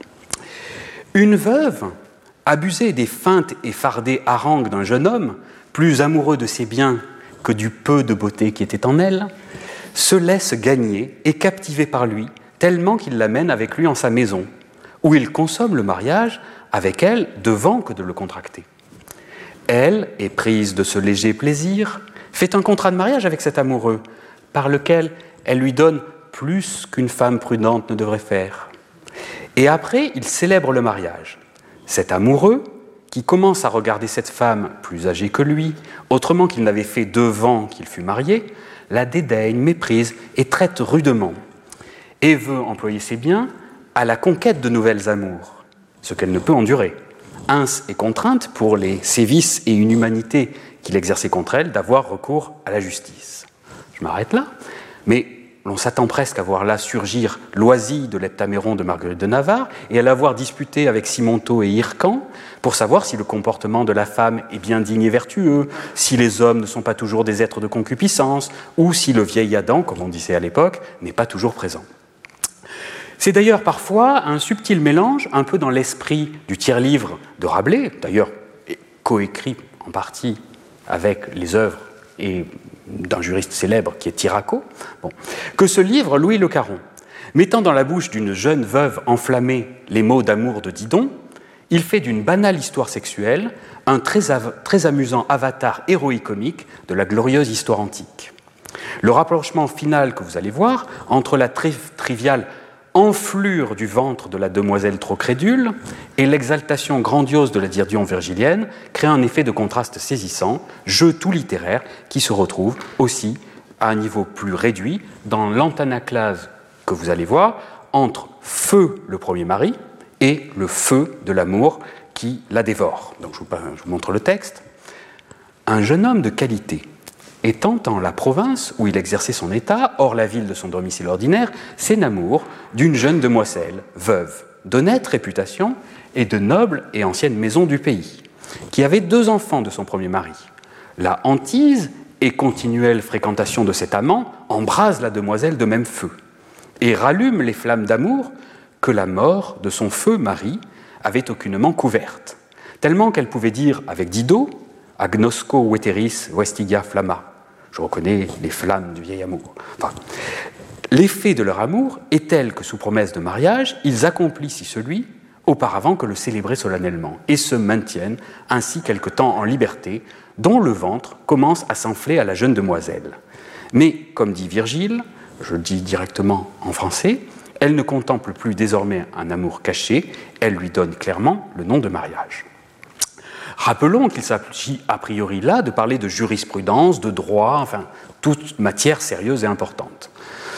Une veuve, abusée des feintes et fardées harangues d'un jeune homme, plus amoureux de ses biens que du peu de beauté qui était en elle, se laisse gagner et captiver par lui, tellement qu'il l'amène avec lui en sa maison, où il consomme le mariage avec elle devant que de le contracter. Elle, éprise de ce léger plaisir, fait un contrat de mariage avec cet amoureux, par lequel elle lui donne plus qu'une femme prudente ne devrait faire. Et après, il célèbre le mariage. Cet amoureux, qui commence à regarder cette femme plus âgée que lui, autrement qu'il n'avait fait devant qu'il fût marié, la dédaigne, méprise et traite rudement, et veut employer ses biens à la conquête de nouvelles amours, ce qu'elle ne peut endurer. Ins est contrainte, pour les sévices et inhumanités qu'il exerçait contre elle, d'avoir recours à la justice. Je m'arrête là, mais l'on s'attend presque à voir là surgir l'oisie de l'Heptaméron de Marguerite de Navarre et à l'avoir disputé avec Simontault et Hircan pour savoir si le comportement de la femme est bien digne et vertueux, si les hommes ne sont pas toujours des êtres de concupiscence, ou si le vieil Adam, comme on disait à l'époque, n'est pas toujours présent. C'est d'ailleurs parfois un subtil mélange, un peu dans l'esprit du tiers-livre de Rabelais, d'ailleurs coécrit en partie avec les œuvres et d'un juriste célèbre qui est Tiraco, que ce livre, Louis Le Caron, mettant dans la bouche d'une jeune veuve enflammée les mots d'amour de Didon, il fait d'une banale histoire sexuelle un très amusant avatar héroïque-comique de la glorieuse histoire antique. Le rapprochement final que vous allez voir entre la triviale enflure du ventre de la demoiselle trop crédule et l'exaltation grandiose de la Dirdyon virgilienne crée un effet de contraste saisissant, jeu tout littéraire qui se retrouve aussi à un niveau plus réduit dans l'antanaclase que vous allez voir entre feu le premier mari et le feu de l'amour qui la dévore. Donc je vous montre le texte. Un jeune homme de qualité, étant en la province où il exerçait son état, hors la ville de son domicile ordinaire, s'enamoure d'une jeune demoiselle, veuve, d'honnête réputation et de noble et ancienne maison du pays, qui avait 2 enfants de son premier mari. La hantise et continuelle fréquentation de cet amant embrase la demoiselle de même feu et rallume les flammes d'amour que la mort de son feu mari avait aucunement couvertes, tellement qu'elle pouvait dire avec Dido « agnosco veteris vestigia flamma ». Je reconnais les flammes du vieil amour. Enfin, l'effet de leur amour est tel que, sous promesse de mariage, ils accomplissent celui auparavant que le célébrer solennellement et se maintiennent ainsi quelque temps en liberté, dont le ventre commence à s'enfler à la jeune demoiselle. Mais, comme dit Virgile, je le dis directement en français, elle ne contemple plus désormais un amour caché, elle lui donne clairement le nom de mariage. Rappelons qu'il s'agit a priori là de parler de jurisprudence, de droit, enfin, toute matière sérieuse et importante.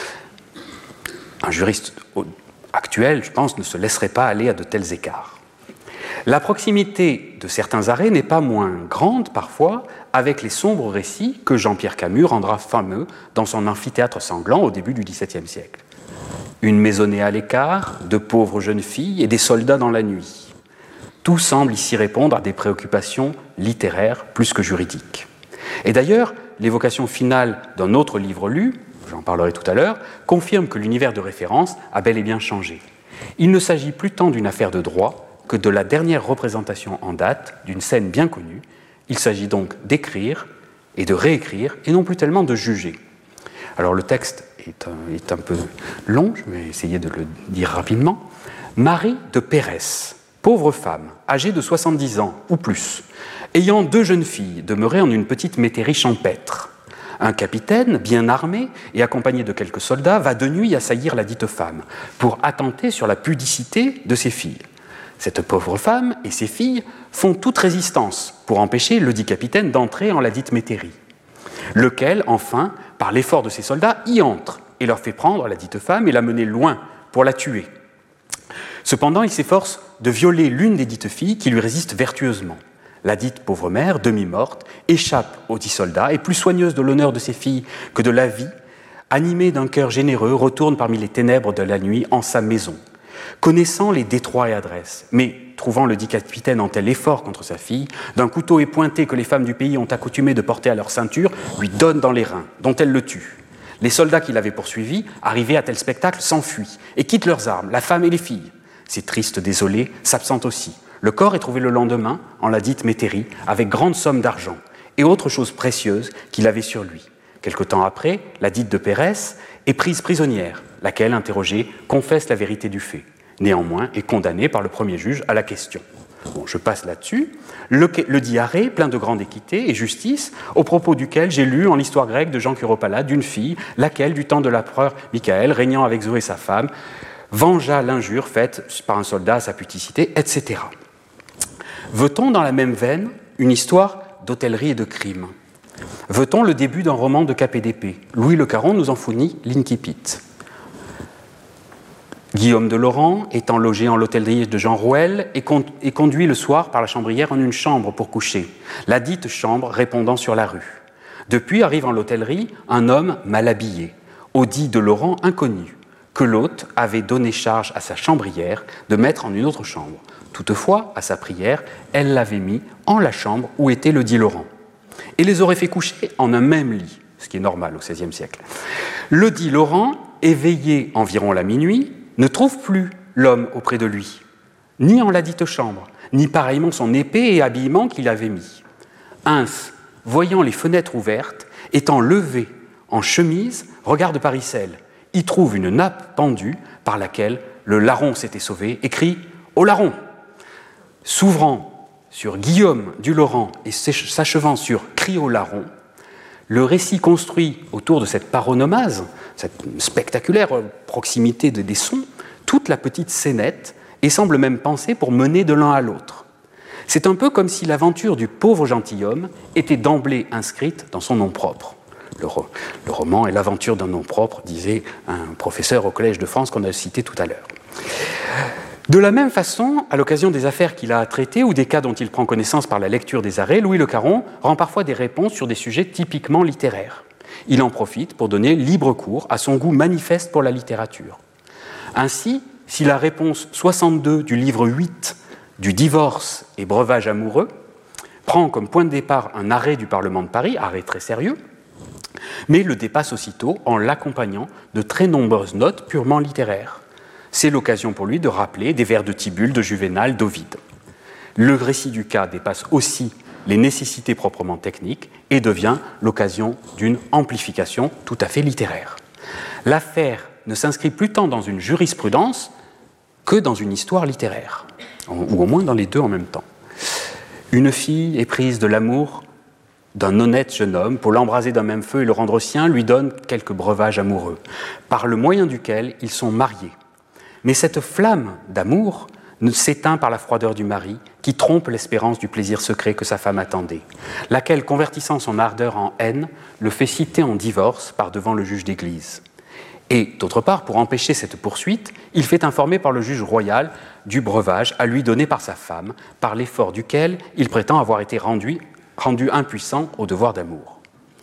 Un juriste actuel, je pense, ne se laisserait pas aller à de tels écarts. La proximité de certains arrêts n'est pas moins grande, parfois, avec les sombres récits que Jean-Pierre Camus rendra fameux dans son amphithéâtre sanglant au début du XVIIe siècle. Une maisonnée à l'écart, de pauvres jeunes filles et des soldats dans la nuit. Tout semble ici répondre à des préoccupations littéraires plus que juridiques. Et d'ailleurs, l'évocation finale d'un autre livre lu, j'en parlerai tout à l'heure, confirme que l'univers de référence a bel et bien changé. Il ne s'agit plus tant d'une affaire de droit que de la dernière représentation en date d'une scène bien connue. Il s'agit donc d'écrire et de réécrire, et non plus tellement de juger. Alors le texte est un peu long, je vais essayer de le dire rapidement. Marie de Pérès, pauvre femme, âgée de 70 ans ou plus, ayant 2 jeunes filles demeurées en une petite métairie champêtre. Un capitaine, bien armé et accompagné de quelques soldats, va de nuit assaillir la dite femme pour attenter sur la pudicité de ses filles. Cette pauvre femme et ses filles font toute résistance pour empêcher le dit capitaine d'entrer en la dite métairie, lequel, enfin, par l'effort de ses soldats, y entre et leur fait prendre la dite femme et la mener loin pour la tuer. Cependant, il s'efforce de violer l'une des dites filles qui lui résiste vertueusement. La dite pauvre mère, demi-morte, échappe aux 10 soldats et, plus soigneuse de l'honneur de ses filles que de la vie, animée d'un cœur généreux, retourne parmi les ténèbres de la nuit en sa maison. Connaissant les détroits et adresses, mais trouvant le dit capitaine en tel effort contre sa fille, d'un couteau épointé que les femmes du pays ont accoutumé de porter à leur ceinture, lui donne dans les reins, dont elle le tue. Les soldats qui l'avaient poursuivi, arrivés à tel spectacle, s'enfuient et quittent leurs armes, la femme et les filles. Ces tristes désolés s'absentent aussi. Le corps est trouvé le lendemain, en la dite métairie, avec grande somme d'argent et autres choses précieuses qu'il avait sur lui. Quelque temps après, la dite de Pérès est prise prisonnière, laquelle, interrogée, confesse la vérité du fait. Néanmoins, est condamnée par le premier juge à la question. Bon, je passe là-dessus. Le dit arrêt, plein de grande équité et justice, au propos duquel j'ai lu en l'histoire grecque de Jean Curopala d'une fille, laquelle, du temps de l'empereur Michael, régnant avec Zoé sa femme, vengea l'injure faite par un soldat à sa puticité, etc. Veut-on, dans la même veine, une histoire d'hôtellerie et de crime ? Veut-on le début d'un roman de Cap et d'épée ? Louis Le Caron nous en fournit l'incipit. Guillaume de Laurent, étant logé en l'hôtellerie de Jean Rouelle, est conduit le soir par la chambrière en une chambre pour coucher, la dite chambre répondant sur la rue. Depuis arrive en l'hôtellerie un homme mal habillé, au dit de Laurent inconnu, que l'hôte avait donné charge à sa chambrière de mettre en une autre chambre. Toutefois, à sa prière, elle l'avait mis en la chambre où était le dit Laurent, et les aurait fait coucher en un même lit, ce qui est normal au XVIe siècle. Le dit Laurent, éveillé environ la minuit, ne trouve plus l'homme auprès de lui, ni en la dite chambre, ni pareillement son épée et habillement qu'il avait mis. Ainsi, voyant les fenêtres ouvertes, étant levé en chemise, regarde par icelle, y trouve une nappe pendue par laquelle le larron s'était sauvé, et crie « Au larron !» S'ouvrant sur Guillaume du Laurent et s'achevant sur « Crie au larron », le récit construit autour de cette paronomase, cette spectaculaire proximité des sons, toute la petite scénette, et semble même pensée pour mener de l'un à l'autre. C'est un peu comme si l'aventure du pauvre gentilhomme était d'emblée inscrite dans son nom propre. Le roman est l'aventure d'un nom propre, disait un professeur au Collège de France qu'on a cité tout à l'heure. De la même façon, à l'occasion des affaires qu'il a à traiter ou des cas dont il prend connaissance par la lecture des arrêts, Louis Le Caron rend parfois des réponses sur des sujets typiquement littéraires. Il en profite pour donner libre cours à son goût manifeste pour la littérature. Ainsi, si la réponse 62 du livre 8 du Divorce et breuvage amoureux prend comme point de départ un arrêt du Parlement de Paris, arrêt très sérieux, mais le dépasse aussitôt en l'accompagnant de très nombreuses notes purement littéraires. C'est l'occasion pour lui de rappeler des vers de Tibulle, de Juvénal, d'Ovide. Le récit du cas dépasse aussi les nécessités proprement techniques et devient l'occasion d'une amplification tout à fait littéraire. L'affaire ne s'inscrit plus tant dans une jurisprudence que dans une histoire littéraire, ou au moins dans les deux en même temps. Une fille éprise de l'amour d'un honnête jeune homme, pour l'embraser d'un même feu et le rendre sien, lui donne quelques breuvages amoureux, par le moyen duquel ils sont mariés. Mais cette flamme d'amour s'éteint par la froideur du mari, qui trompe l'espérance du plaisir secret que sa femme attendait, laquelle, convertissant son ardeur en haine, le fait citer en divorce par devant le juge d'église. Et, d'autre part, pour empêcher cette poursuite, il fait informer par le juge royal du breuvage à lui donné par sa femme, par l'effort duquel il prétend avoir été rendu impuissant au devoir d'amour.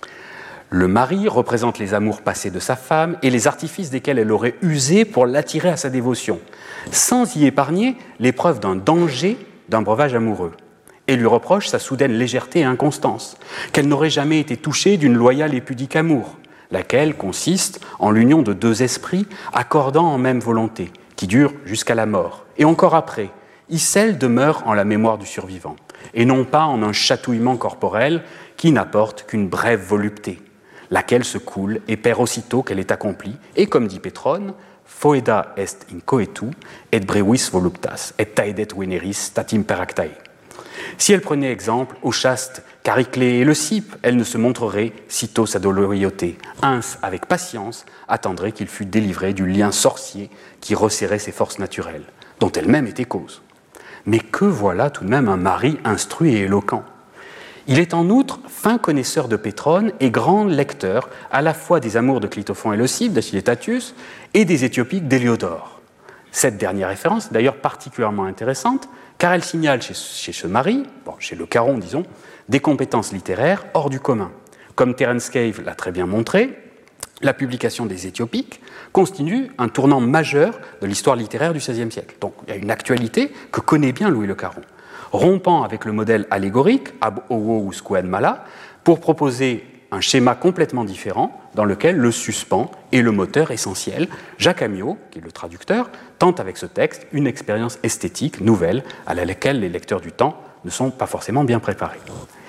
Le mari représente les amours passés de sa femme et les artifices desquels elle aurait usé pour l'attirer à sa dévotion, sans y épargner l'épreuve d'un danger d'un breuvage amoureux, et lui reproche sa soudaine légèreté et inconstance, qu'elle n'aurait jamais été touchée d'une loyale et pudique amour, laquelle consiste en l'union de deux esprits accordant en même volonté, qui dure jusqu'à la mort, et encore après, celle demeure en la mémoire du survivant, et non pas en un chatouillement corporel qui n'apporte qu'une brève volupté, laquelle se coule et perd aussitôt qu'elle est accomplie, et comme dit Pétrone, foeda est in coetu, et brevis voluptas, et taedet veneris statim peractae. Si elle prenait exemple au chaste Chariclée et le Cype, elle ne se montrerait sitôt sa loyauté. Ainsi, avec patience, attendrait qu'il fût délivré du lien sorcier qui resserrait ses forces naturelles, dont elle-même était cause. Mais que voilà tout de même un mari instruit et éloquent. Il est en outre fin connaisseur de Pétrone et grand lecteur à la fois des amours de Clitophon et Leucippe, d'Achille Tatius, et des Éthiopiques d'Héliodore. Cette dernière référence est d'ailleurs particulièrement intéressante, car elle signale chez ce mari, chez Le Caron disons, des compétences littéraires hors du commun. Comme Terence Cave l'a très bien montré, la publication des Éthiopiques constitue un tournant majeur de l'histoire littéraire du XVIe siècle. Donc il y a une actualité que connaît bien Louis Le Caron, rompant avec le modèle allégorique, Ab Owo ou Skuen Mala, pour proposer un schéma complètement différent dans lequel le suspens est le moteur essentiel. Jacques Amiot, qui est le traducteur, tente avec ce texte une expérience esthétique nouvelle à laquelle les lecteurs du temps ne sont pas forcément bien préparés.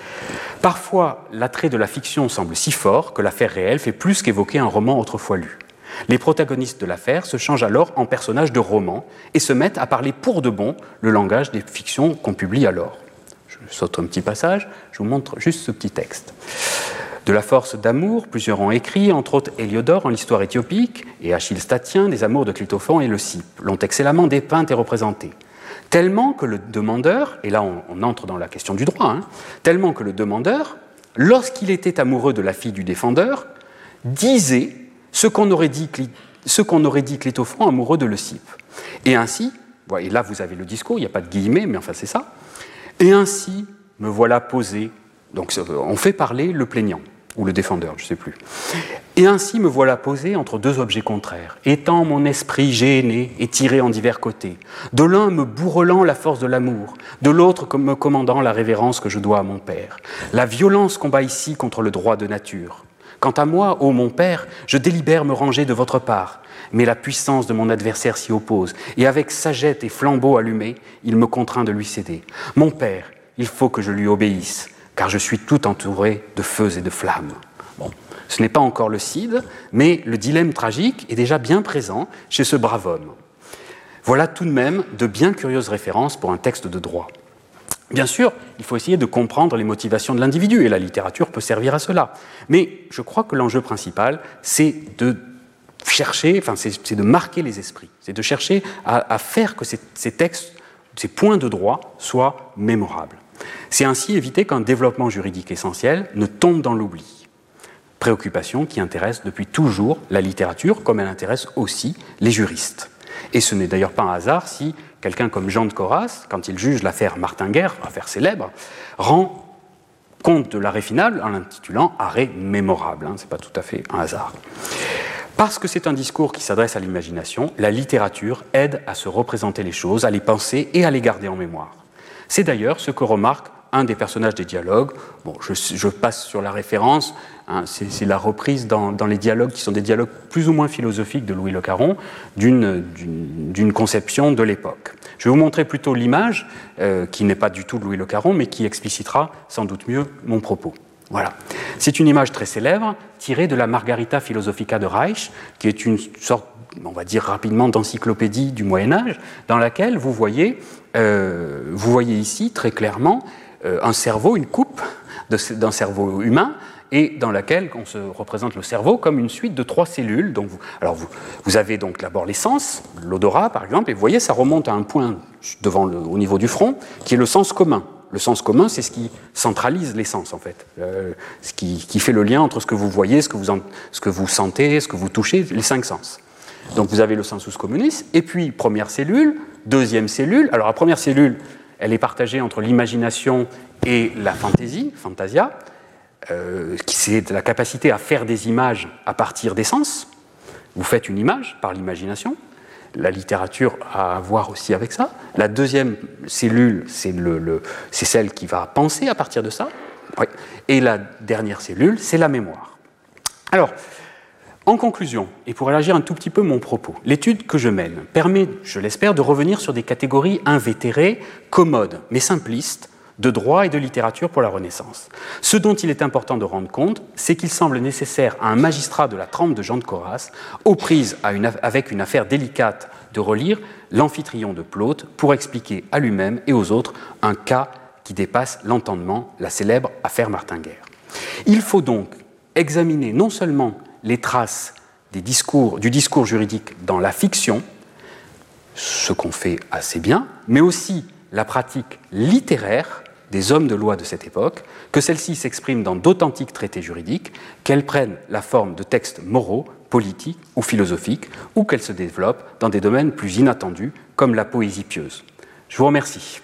Parfois, l'attrait de la fiction semble si fort que l'affaire réelle fait plus qu'évoquer un roman autrefois lu. Les protagonistes de l'affaire se changent alors en personnages de romans et se mettent à parler pour de bon le langage des fictions qu'on publie alors. Je saute un petit passage, je vous montre juste ce petit texte. De la force d'amour, plusieurs ont écrit, entre autres Héliodore en l'histoire éthiopique et Achille Statien, des amours de Clitophon et Leucippe, l'ont excellemment dépeintes et représentées. Tellement que le demandeur, et là on entre dans la question du droit, tellement que le demandeur, lorsqu'il était amoureux de la fille du défendeur, disait ce qu'on aurait dit Clitophon amoureux de Leucippe. Et ainsi, et là vous avez le discours, il n'y a pas de guillemets, mais enfin c'est ça, et ainsi me voilà posé, donc on fait parler le plaignant, ou le défendeur, je ne sais plus. Et ainsi me voilà posé entre deux objets contraires, étant mon esprit gêné et tiré en divers côtés, de l'un me bourrelant la force de l'amour, de l'autre me commandant la révérence que je dois à mon père. La violence combat ici contre le droit de nature. Quant à moi, ô mon père, je délibère me ranger de votre part, mais la puissance de mon adversaire s'y oppose, et avec sagette et flambeau allumé, il me contraint de lui céder. Mon père, il faut que je lui obéisse, car je suis tout entouré de feux et de flammes. Bon, ce n'est pas encore le Cid, mais le dilemme tragique est déjà bien présent chez ce brave homme. Voilà tout de même de bien curieuses références pour un texte de droit. Bien sûr, il faut essayer de comprendre les motivations de l'individu, et la littérature peut servir à cela. Mais je crois que l'enjeu principal, c'est de chercher, c'est de marquer les esprits, c'est de chercher à faire que ces textes, ces points de droit soient mémorables. C'est ainsi éviter qu'un développement juridique essentiel ne tombe dans l'oubli. Préoccupation qui intéresse depuis toujours la littérature, comme elle intéresse aussi les juristes. Et ce n'est d'ailleurs pas un hasard si quelqu'un comme Jean de Coras, quand il juge l'affaire Martinguer, affaire célèbre, rend compte de l'arrêt final en l'intitulant « arrêt mémorable ». Ce n'est pas tout à fait un hasard. Parce que c'est un discours qui s'adresse à l'imagination, la littérature aide à se représenter les choses, à les penser et à les garder en mémoire. C'est d'ailleurs ce que remarque un des personnages des dialogues. Bon, je passe sur la référence, c'est la reprise dans les dialogues qui sont des dialogues plus ou moins philosophiques de Louis Le Caron d'une conception de l'époque. Je vais vous montrer plutôt l'image, qui n'est pas du tout de Louis Le Caron, mais qui explicitera sans doute mieux mon propos. Voilà. C'est une image très célèbre, tirée de la Margarita Philosophica de Reich, qui est une sorte, on va dire rapidement, d'encyclopédie du Moyen-Âge, dans laquelle vous voyez ici très clairement un cerveau, une coupe d'un cerveau humain, et dans laquelle on se représente le cerveau comme une suite de 3 cellules. Donc vous avez donc d'abord les sens, l'odorat par exemple, et vous voyez, ça remonte à un point au niveau du front, qui est le sens commun. Le sens commun, c'est ce qui centralise les sens, en fait, ce qui fait le lien entre ce que vous voyez, ce que vous sentez, ce que vous touchez, les 5 sens. Donc vous avez le sensus communis, et puis première cellule, deuxième cellule. Alors la première cellule, elle est partagée entre l'imagination et la fantaisie, fantasia, qui c'est la capacité à faire des images à partir des sens. Vous faites une image par l'imagination. La littérature a à voir aussi avec ça. La deuxième cellule, c'est celle qui va penser à partir de ça. Oui. Et la dernière cellule, c'est la mémoire. Alors, en conclusion, et pour élargir un tout petit peu mon propos, l'étude que je mène permet, je l'espère, de revenir sur des catégories invétérées, commodes, mais simplistes, de droit et de littérature pour la Renaissance. Ce dont il est important de rendre compte, c'est qu'il semble nécessaire à un magistrat de la trempe de Jean de Coras, aux prises avec une affaire délicate, de relire l'Amphitryon de Plaute pour expliquer à lui-même et aux autres un cas qui dépasse l'entendement, la célèbre affaire Martinguer. Il faut donc examiner non seulement les traces du discours juridique dans la fiction, ce qu'on fait assez bien, mais aussi la pratique littéraire des hommes de loi de cette époque, que celle-ci s'exprime dans d'authentiques traités juridiques, qu'elles prennent la forme de textes moraux politiques ou philosophiques, ou qu'elles se développent dans des domaines plus inattendus, comme la poésie pieuse. Je vous remercie.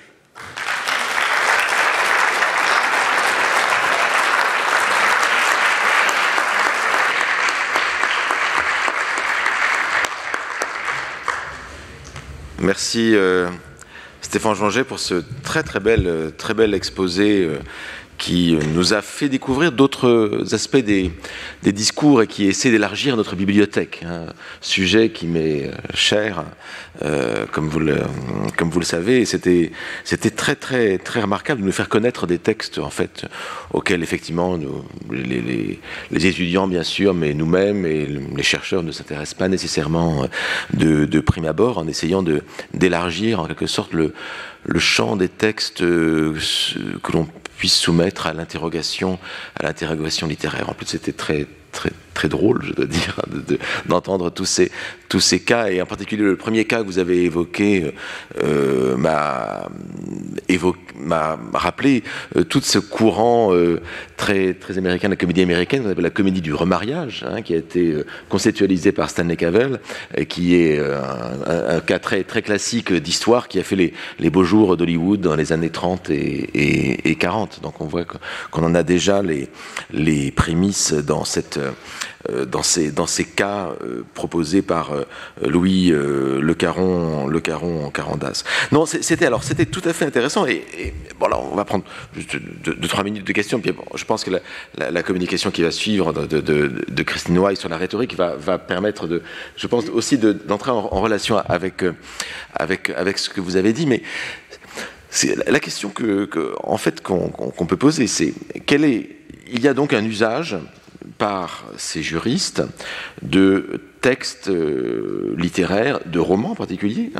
Merci Stéphane Jonger pour ce très bel exposé qui nous a fait découvrir d'autres aspects des discours et qui essaie d'élargir notre bibliothèque. Un sujet qui m'est cher, comme vous le savez. Et c'était très remarquable de nous faire connaître des textes en fait auxquels effectivement les étudiants bien sûr, mais nous-mêmes et les chercheurs ne s'intéressent pas nécessairement de prime abord, en essayant d'élargir en quelque sorte le champ des textes que l'on puisse soumettre à l'interrogation littéraire. En plus, c'était très drôle, je dois dire, d'entendre tous ces cas, et en particulier le premier cas que vous avez évoqué m'a rappelé tout ce courant très américain, la comédie américaine, qu'on appelle la comédie du remariage, qui a été conceptualisée par Stanley Cavell, qui est un cas très classique d'histoire qui a fait les beaux jours d'Hollywood dans les années 30 et 40. Donc on voit qu'on en a déjà les prémices dans ces cas proposés par Louis Le Caron en Carandas. Non, c'était tout à fait intéressant, et bon, là on va prendre juste 2-3 minutes de questions, puis bon, je pense que la communication qui va suivre de Christine Weiss sur la rhétorique va permettre je pense aussi d'entrer en relation avec ce que vous avez dit, mais c'est la question qu'on peut poser, c'est il y a donc un usage par ces juristes de textes littéraires, de romans en particulier,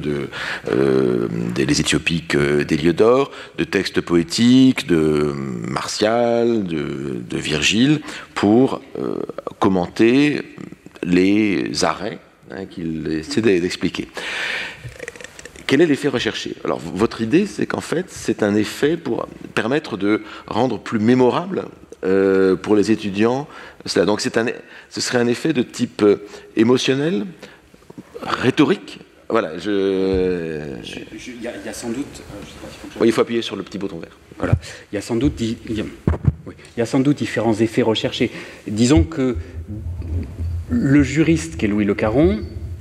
des Éthiopiques d'Héliodore, de textes poétiques de Martial, de Virgile, pour commenter les arrêts qu'il essaie d'expliquer. Quel est l'effet recherché? Alors, votre idée, c'est qu'en fait, c'est un effet pour permettre de rendre plus mémorable pour les étudiants cela. Donc, ce serait un effet de type émotionnel, rhétorique. Voilà, il y a sans doute... il faut appuyer sur le petit bouton vert. Voilà, il y a sans doute différents effets recherchés. Disons que le juriste qu'est Louis Le Caron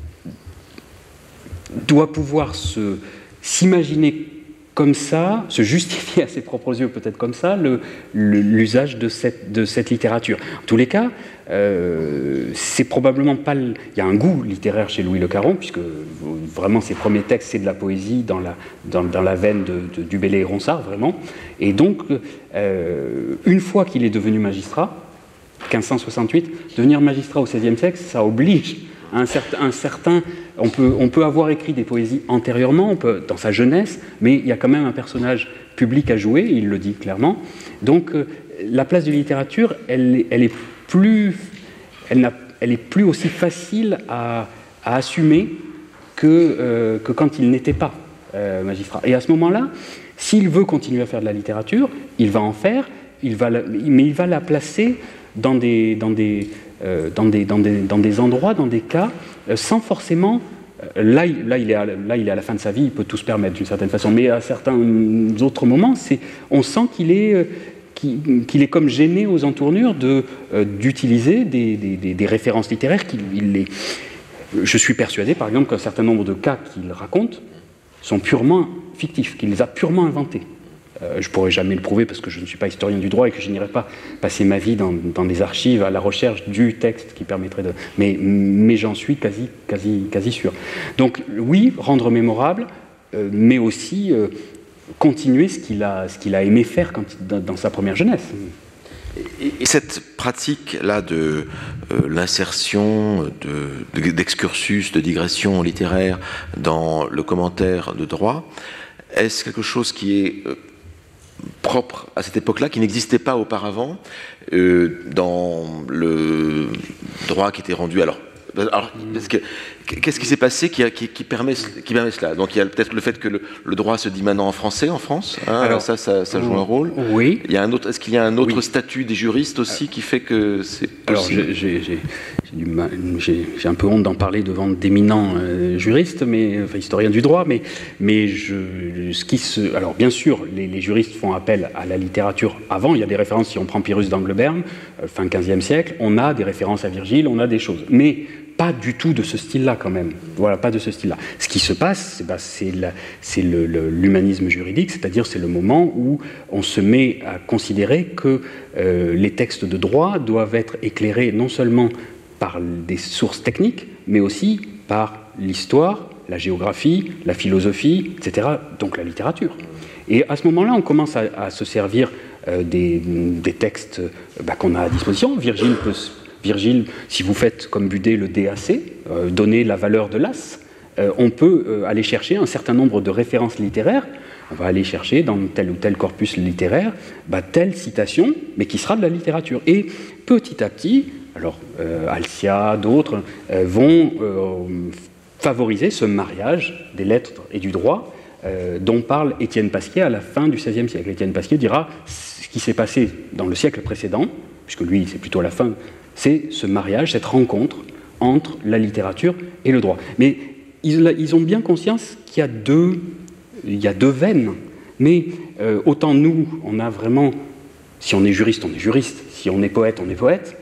doit pouvoir s'imaginer comme ça, se justifier à ses propres yeux peut-être comme ça, l'usage de cette littérature. En tous les cas, c'est probablement pas... Il y a un goût littéraire chez Louis Le Caron, puisque vraiment ses premiers textes, c'est de la poésie dans la veine du Bellay et Ronsard, vraiment. Et donc, une fois qu'il est devenu magistrat, 1568, devenir magistrat au XVIe siècle, ça oblige un certain... On peut avoir écrit des poésies antérieurement, dans sa jeunesse, mais il y a quand même un personnage public à jouer, il le dit clairement. Donc la place de la littérature, elle est plus aussi facile à assumer que quand il n'était pas magistrat. Et à ce moment-là, s'il veut continuer à faire de la littérature, il va en faire, mais il va la placer dans des endroits, dans des cas, sans forcément... Là, il est à la fin de sa vie, il peut tout se permettre d'une certaine façon, mais à certains autres moments, on sent qu'il est comme gêné aux entournures d'utiliser des références littéraires. Je suis persuadé, par exemple, qu'un certain nombre de cas qu'il raconte sont purement fictifs, qu'il les a purement inventés. Je ne pourrais jamais le prouver parce que je ne suis pas historien du droit et que je n'irai pas passer ma vie dans des archives à la recherche du texte qui permettrait de... Mais j'en suis quasi sûr. Donc oui, rendre mémorable, mais aussi continuer ce qu'il a aimé faire dans sa première jeunesse. Et cette pratique-là de l'insertion d'excursus, de digression littéraire dans le commentaire de droit, est-ce quelque chose qui est propre à cette époque-là, qui n'existait pas auparavant dans le droit qui était rendu... Alors parce que Qu'est-ce qui s'est passé qui permet cela? Donc il y a peut-être le fait que le droit se dit maintenant en français en France. Hein, alors ça joue un rôle. Oui. Est-ce qu'il y a un autre statut des juristes aussi qui fait que c'est possible? Alors j'ai un peu honte d'en parler devant d'éminents juristes, historiens du droit, alors bien sûr, les juristes font appel à la littérature avant. Il y a des références, si on prend Pyrrhus d'Angleberg, fin XVe siècle, on a des références à Virgile, on a des choses, mais pas du tout de ce style-là quand même. Voilà, pas de ce style-là. Ce qui se passe, c'est l'humanisme juridique, c'est-à-dire c'est le moment où on se met à considérer que les textes de droit doivent être éclairés non seulement par des sources techniques, mais aussi par l'histoire, la géographie, la philosophie, etc., donc la littérature. Et à ce moment-là, on commence à se servir des textes qu'on a à disposition. Virgile, si vous faites comme Budet le DAC, donner la valeur de l'as, on peut aller chercher un certain nombre de références littéraires. On va aller chercher dans tel ou tel corpus littéraire telle citation, mais qui sera de la littérature. Et petit à petit, alors Alcia, d'autres, vont favoriser ce mariage des lettres et du droit dont parle Étienne Pasquier à la fin du XVIe siècle. Étienne Pasquier dira ce qui s'est passé dans le siècle précédent, puisque lui c'est plutôt à la fin, c'est ce mariage, cette rencontre entre la littérature et le droit. Mais ils ont bien conscience qu'il y a deux veines, mais autant nous, on a vraiment, si on est juriste, si on est poète, on est poète,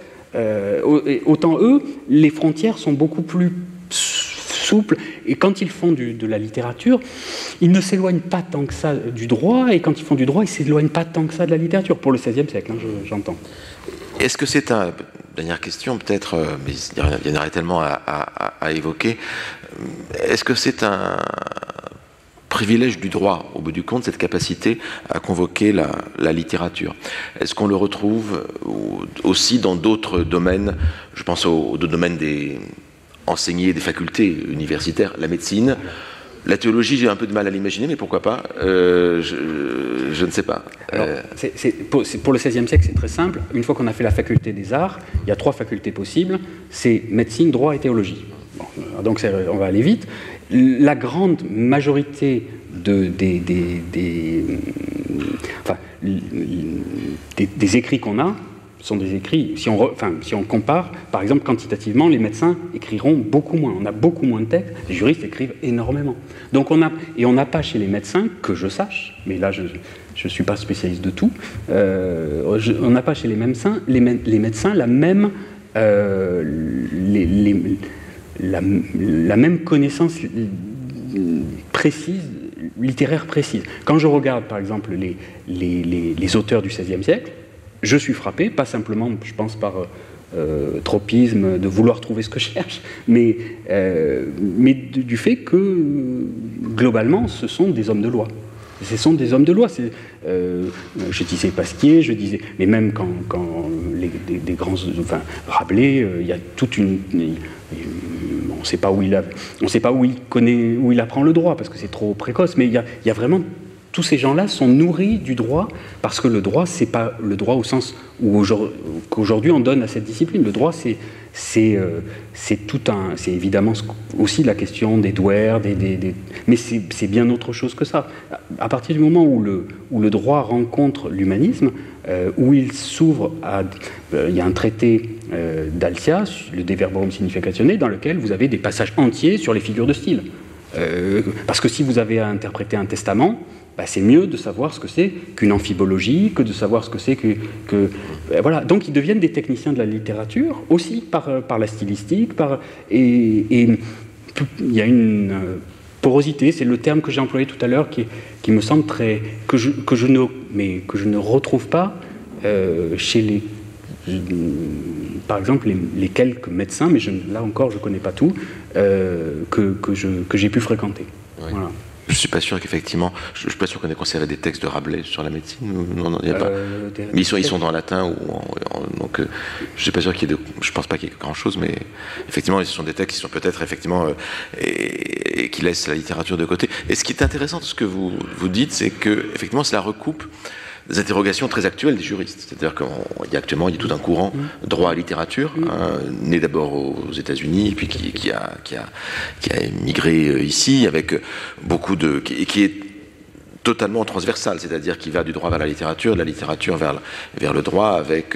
autant eux, les frontières sont beaucoup plus souples, et quand ils font de la littérature, ils ne s'éloignent pas tant que ça du droit, et quand ils font du droit, ils ne s'éloignent pas tant que ça de la littérature, pour le XVIe siècle, j'entends. Est-ce que c'est dernière question peut-être, mais il y en aurait tellement à évoquer, est-ce que c'est un privilège du droit, au bout du compte, cette capacité à convoquer la littérature? Est-ce qu'on le retrouve aussi dans d'autres domaines? Je pense aux domaines des enseignés des facultés universitaires, la médecine. La théologie, j'ai un peu de mal à l'imaginer, mais pourquoi pas? Je ne sais pas. Alors, pour le XVIe siècle, c'est très simple. Une fois qu'on a fait la faculté des arts, il y a 3 facultés possibles. C'est médecine, droit et théologie. Bon, donc on va aller vite. La grande majorité des écrits qu'on a sont des écrits, si on compare, par exemple, quantitativement, les médecins écriront beaucoup moins. On a beaucoup moins de textes, les juristes écrivent énormément. Donc on n'a pas chez les médecins, que je sache, mais là je ne suis pas spécialiste de tout, on n'a pas chez les médecins la même la même connaissance précise, littéraire précise. Quand je regarde, par exemple, les auteurs du XVIe siècle, je suis frappé, pas simplement, je pense, par tropisme, de vouloir trouver ce que je cherche, mais du fait que, globalement, ce sont des hommes de loi. Ce sont des hommes de loi. Je disais Pasquier, mais même quand des grands, Rabelais, il y a toute une. On ne sait pas où il apprend le droit parce que c'est trop précoce, mais il y a vraiment. Tous ces gens-là sont nourris du droit parce que le droit, c'est pas le droit au sens qu'aujourd'hui on donne à cette discipline. Le droit, c'est évidemment aussi la question des douaires, mais c'est bien autre chose que ça. À partir du moment où le droit rencontre l'humanisme, où il s'ouvre il y a un traité d'Alcia, le De Verborum Significatione, dans lequel vous avez des passages entiers sur les figures de style. Parce que si vous avez à interpréter un testament, c'est mieux de savoir ce que c'est qu'une amphibologie, que de savoir ce que c'est que voilà. Donc ils deviennent des techniciens de la littérature aussi par la stylistique, et il y a une porosité, c'est le terme que j'ai employé tout à l'heure qui me semble que je ne retrouve pas chez par exemple les quelques médecins, mais là encore je connais pas tout, que j'ai pu fréquenter. Oui. Voilà. Je ne suis pas sûr qu'effectivement, je ne suis pas sûr qu'on ait conservé des textes de Rabelais sur la médecine. Non, il n'y a pas. Mais ils sont en latin donc je ne suis pas sûr qu'il y ait je pense pas qu'il y ait grand chose, mais effectivement, ce sont des textes qui sont peut-être effectivement et qui laissent la littérature de côté. Et ce qui est intéressant de ce que vous dites, c'est que effectivement, cela recoupe interrogations très actuelles des juristes. C'est-à-dire qu'actuellement, il y a tout un courant droit à littérature, né d'abord aux États-Unis, puis qui a émigré ici, avec beaucoup de... qui est totalement transversal, c'est-à-dire qui va du droit vers la littérature, de la littérature vers le droit, avec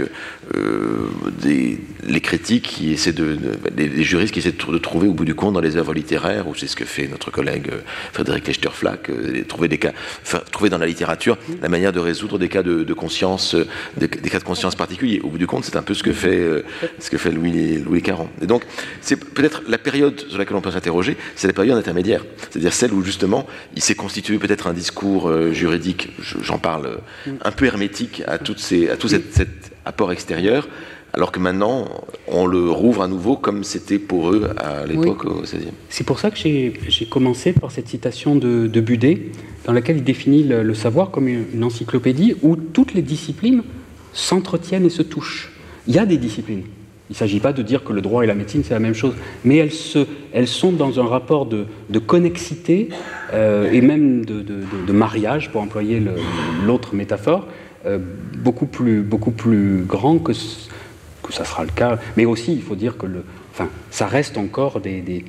les critiques qui essaient les juristes qui essaient de trouver au bout du compte dans les œuvres littéraires, ou c'est ce que fait notre collègue Frédéric Lechterflack, trouver dans la littérature la manière de résoudre des cas de conscience, des cas de conscience particuliers. Au bout du compte, c'est un peu ce que fait Louis Caron. Et donc, c'est peut-être la période sur laquelle on peut s'interroger, c'est la période intermédiaire, c'est-à-dire celle où justement il s'est constitué peut-être un discours juridique, j'en parle, un peu hermétique à tout cet apport extérieur, alors que maintenant, on le rouvre à nouveau comme c'était pour eux à l'époque au XVIe. C'est pour ça que j'ai commencé par cette citation de Budet, dans laquelle il définit le savoir comme une encyclopédie où toutes les disciplines s'entretiennent et se touchent. Il y a des disciplines. Il ne s'agit pas de dire que le droit et la médecine, c'est la même chose. Mais elles sont dans un rapport de connexité et même de mariage, pour employer l'autre métaphore, beaucoup plus grand que ça sera le cas. Mais aussi, il faut dire que ça reste encore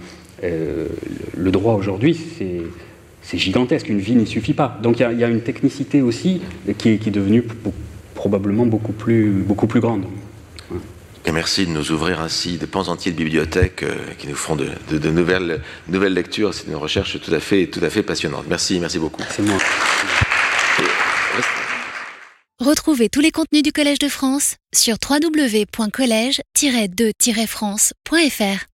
le droit aujourd'hui, c'est gigantesque. Une vie n'y suffit pas. Donc il y a une technicité aussi qui est devenue probablement beaucoup plus grande. Et merci de nous ouvrir ainsi des pans entiers de bibliothèques qui nous font de nouvelles lectures. C'est une recherche tout à fait passionnante. Merci beaucoup. C'est moi. Retrouvez tous les contenus du Collège de France sur www.collège-2-france.fr.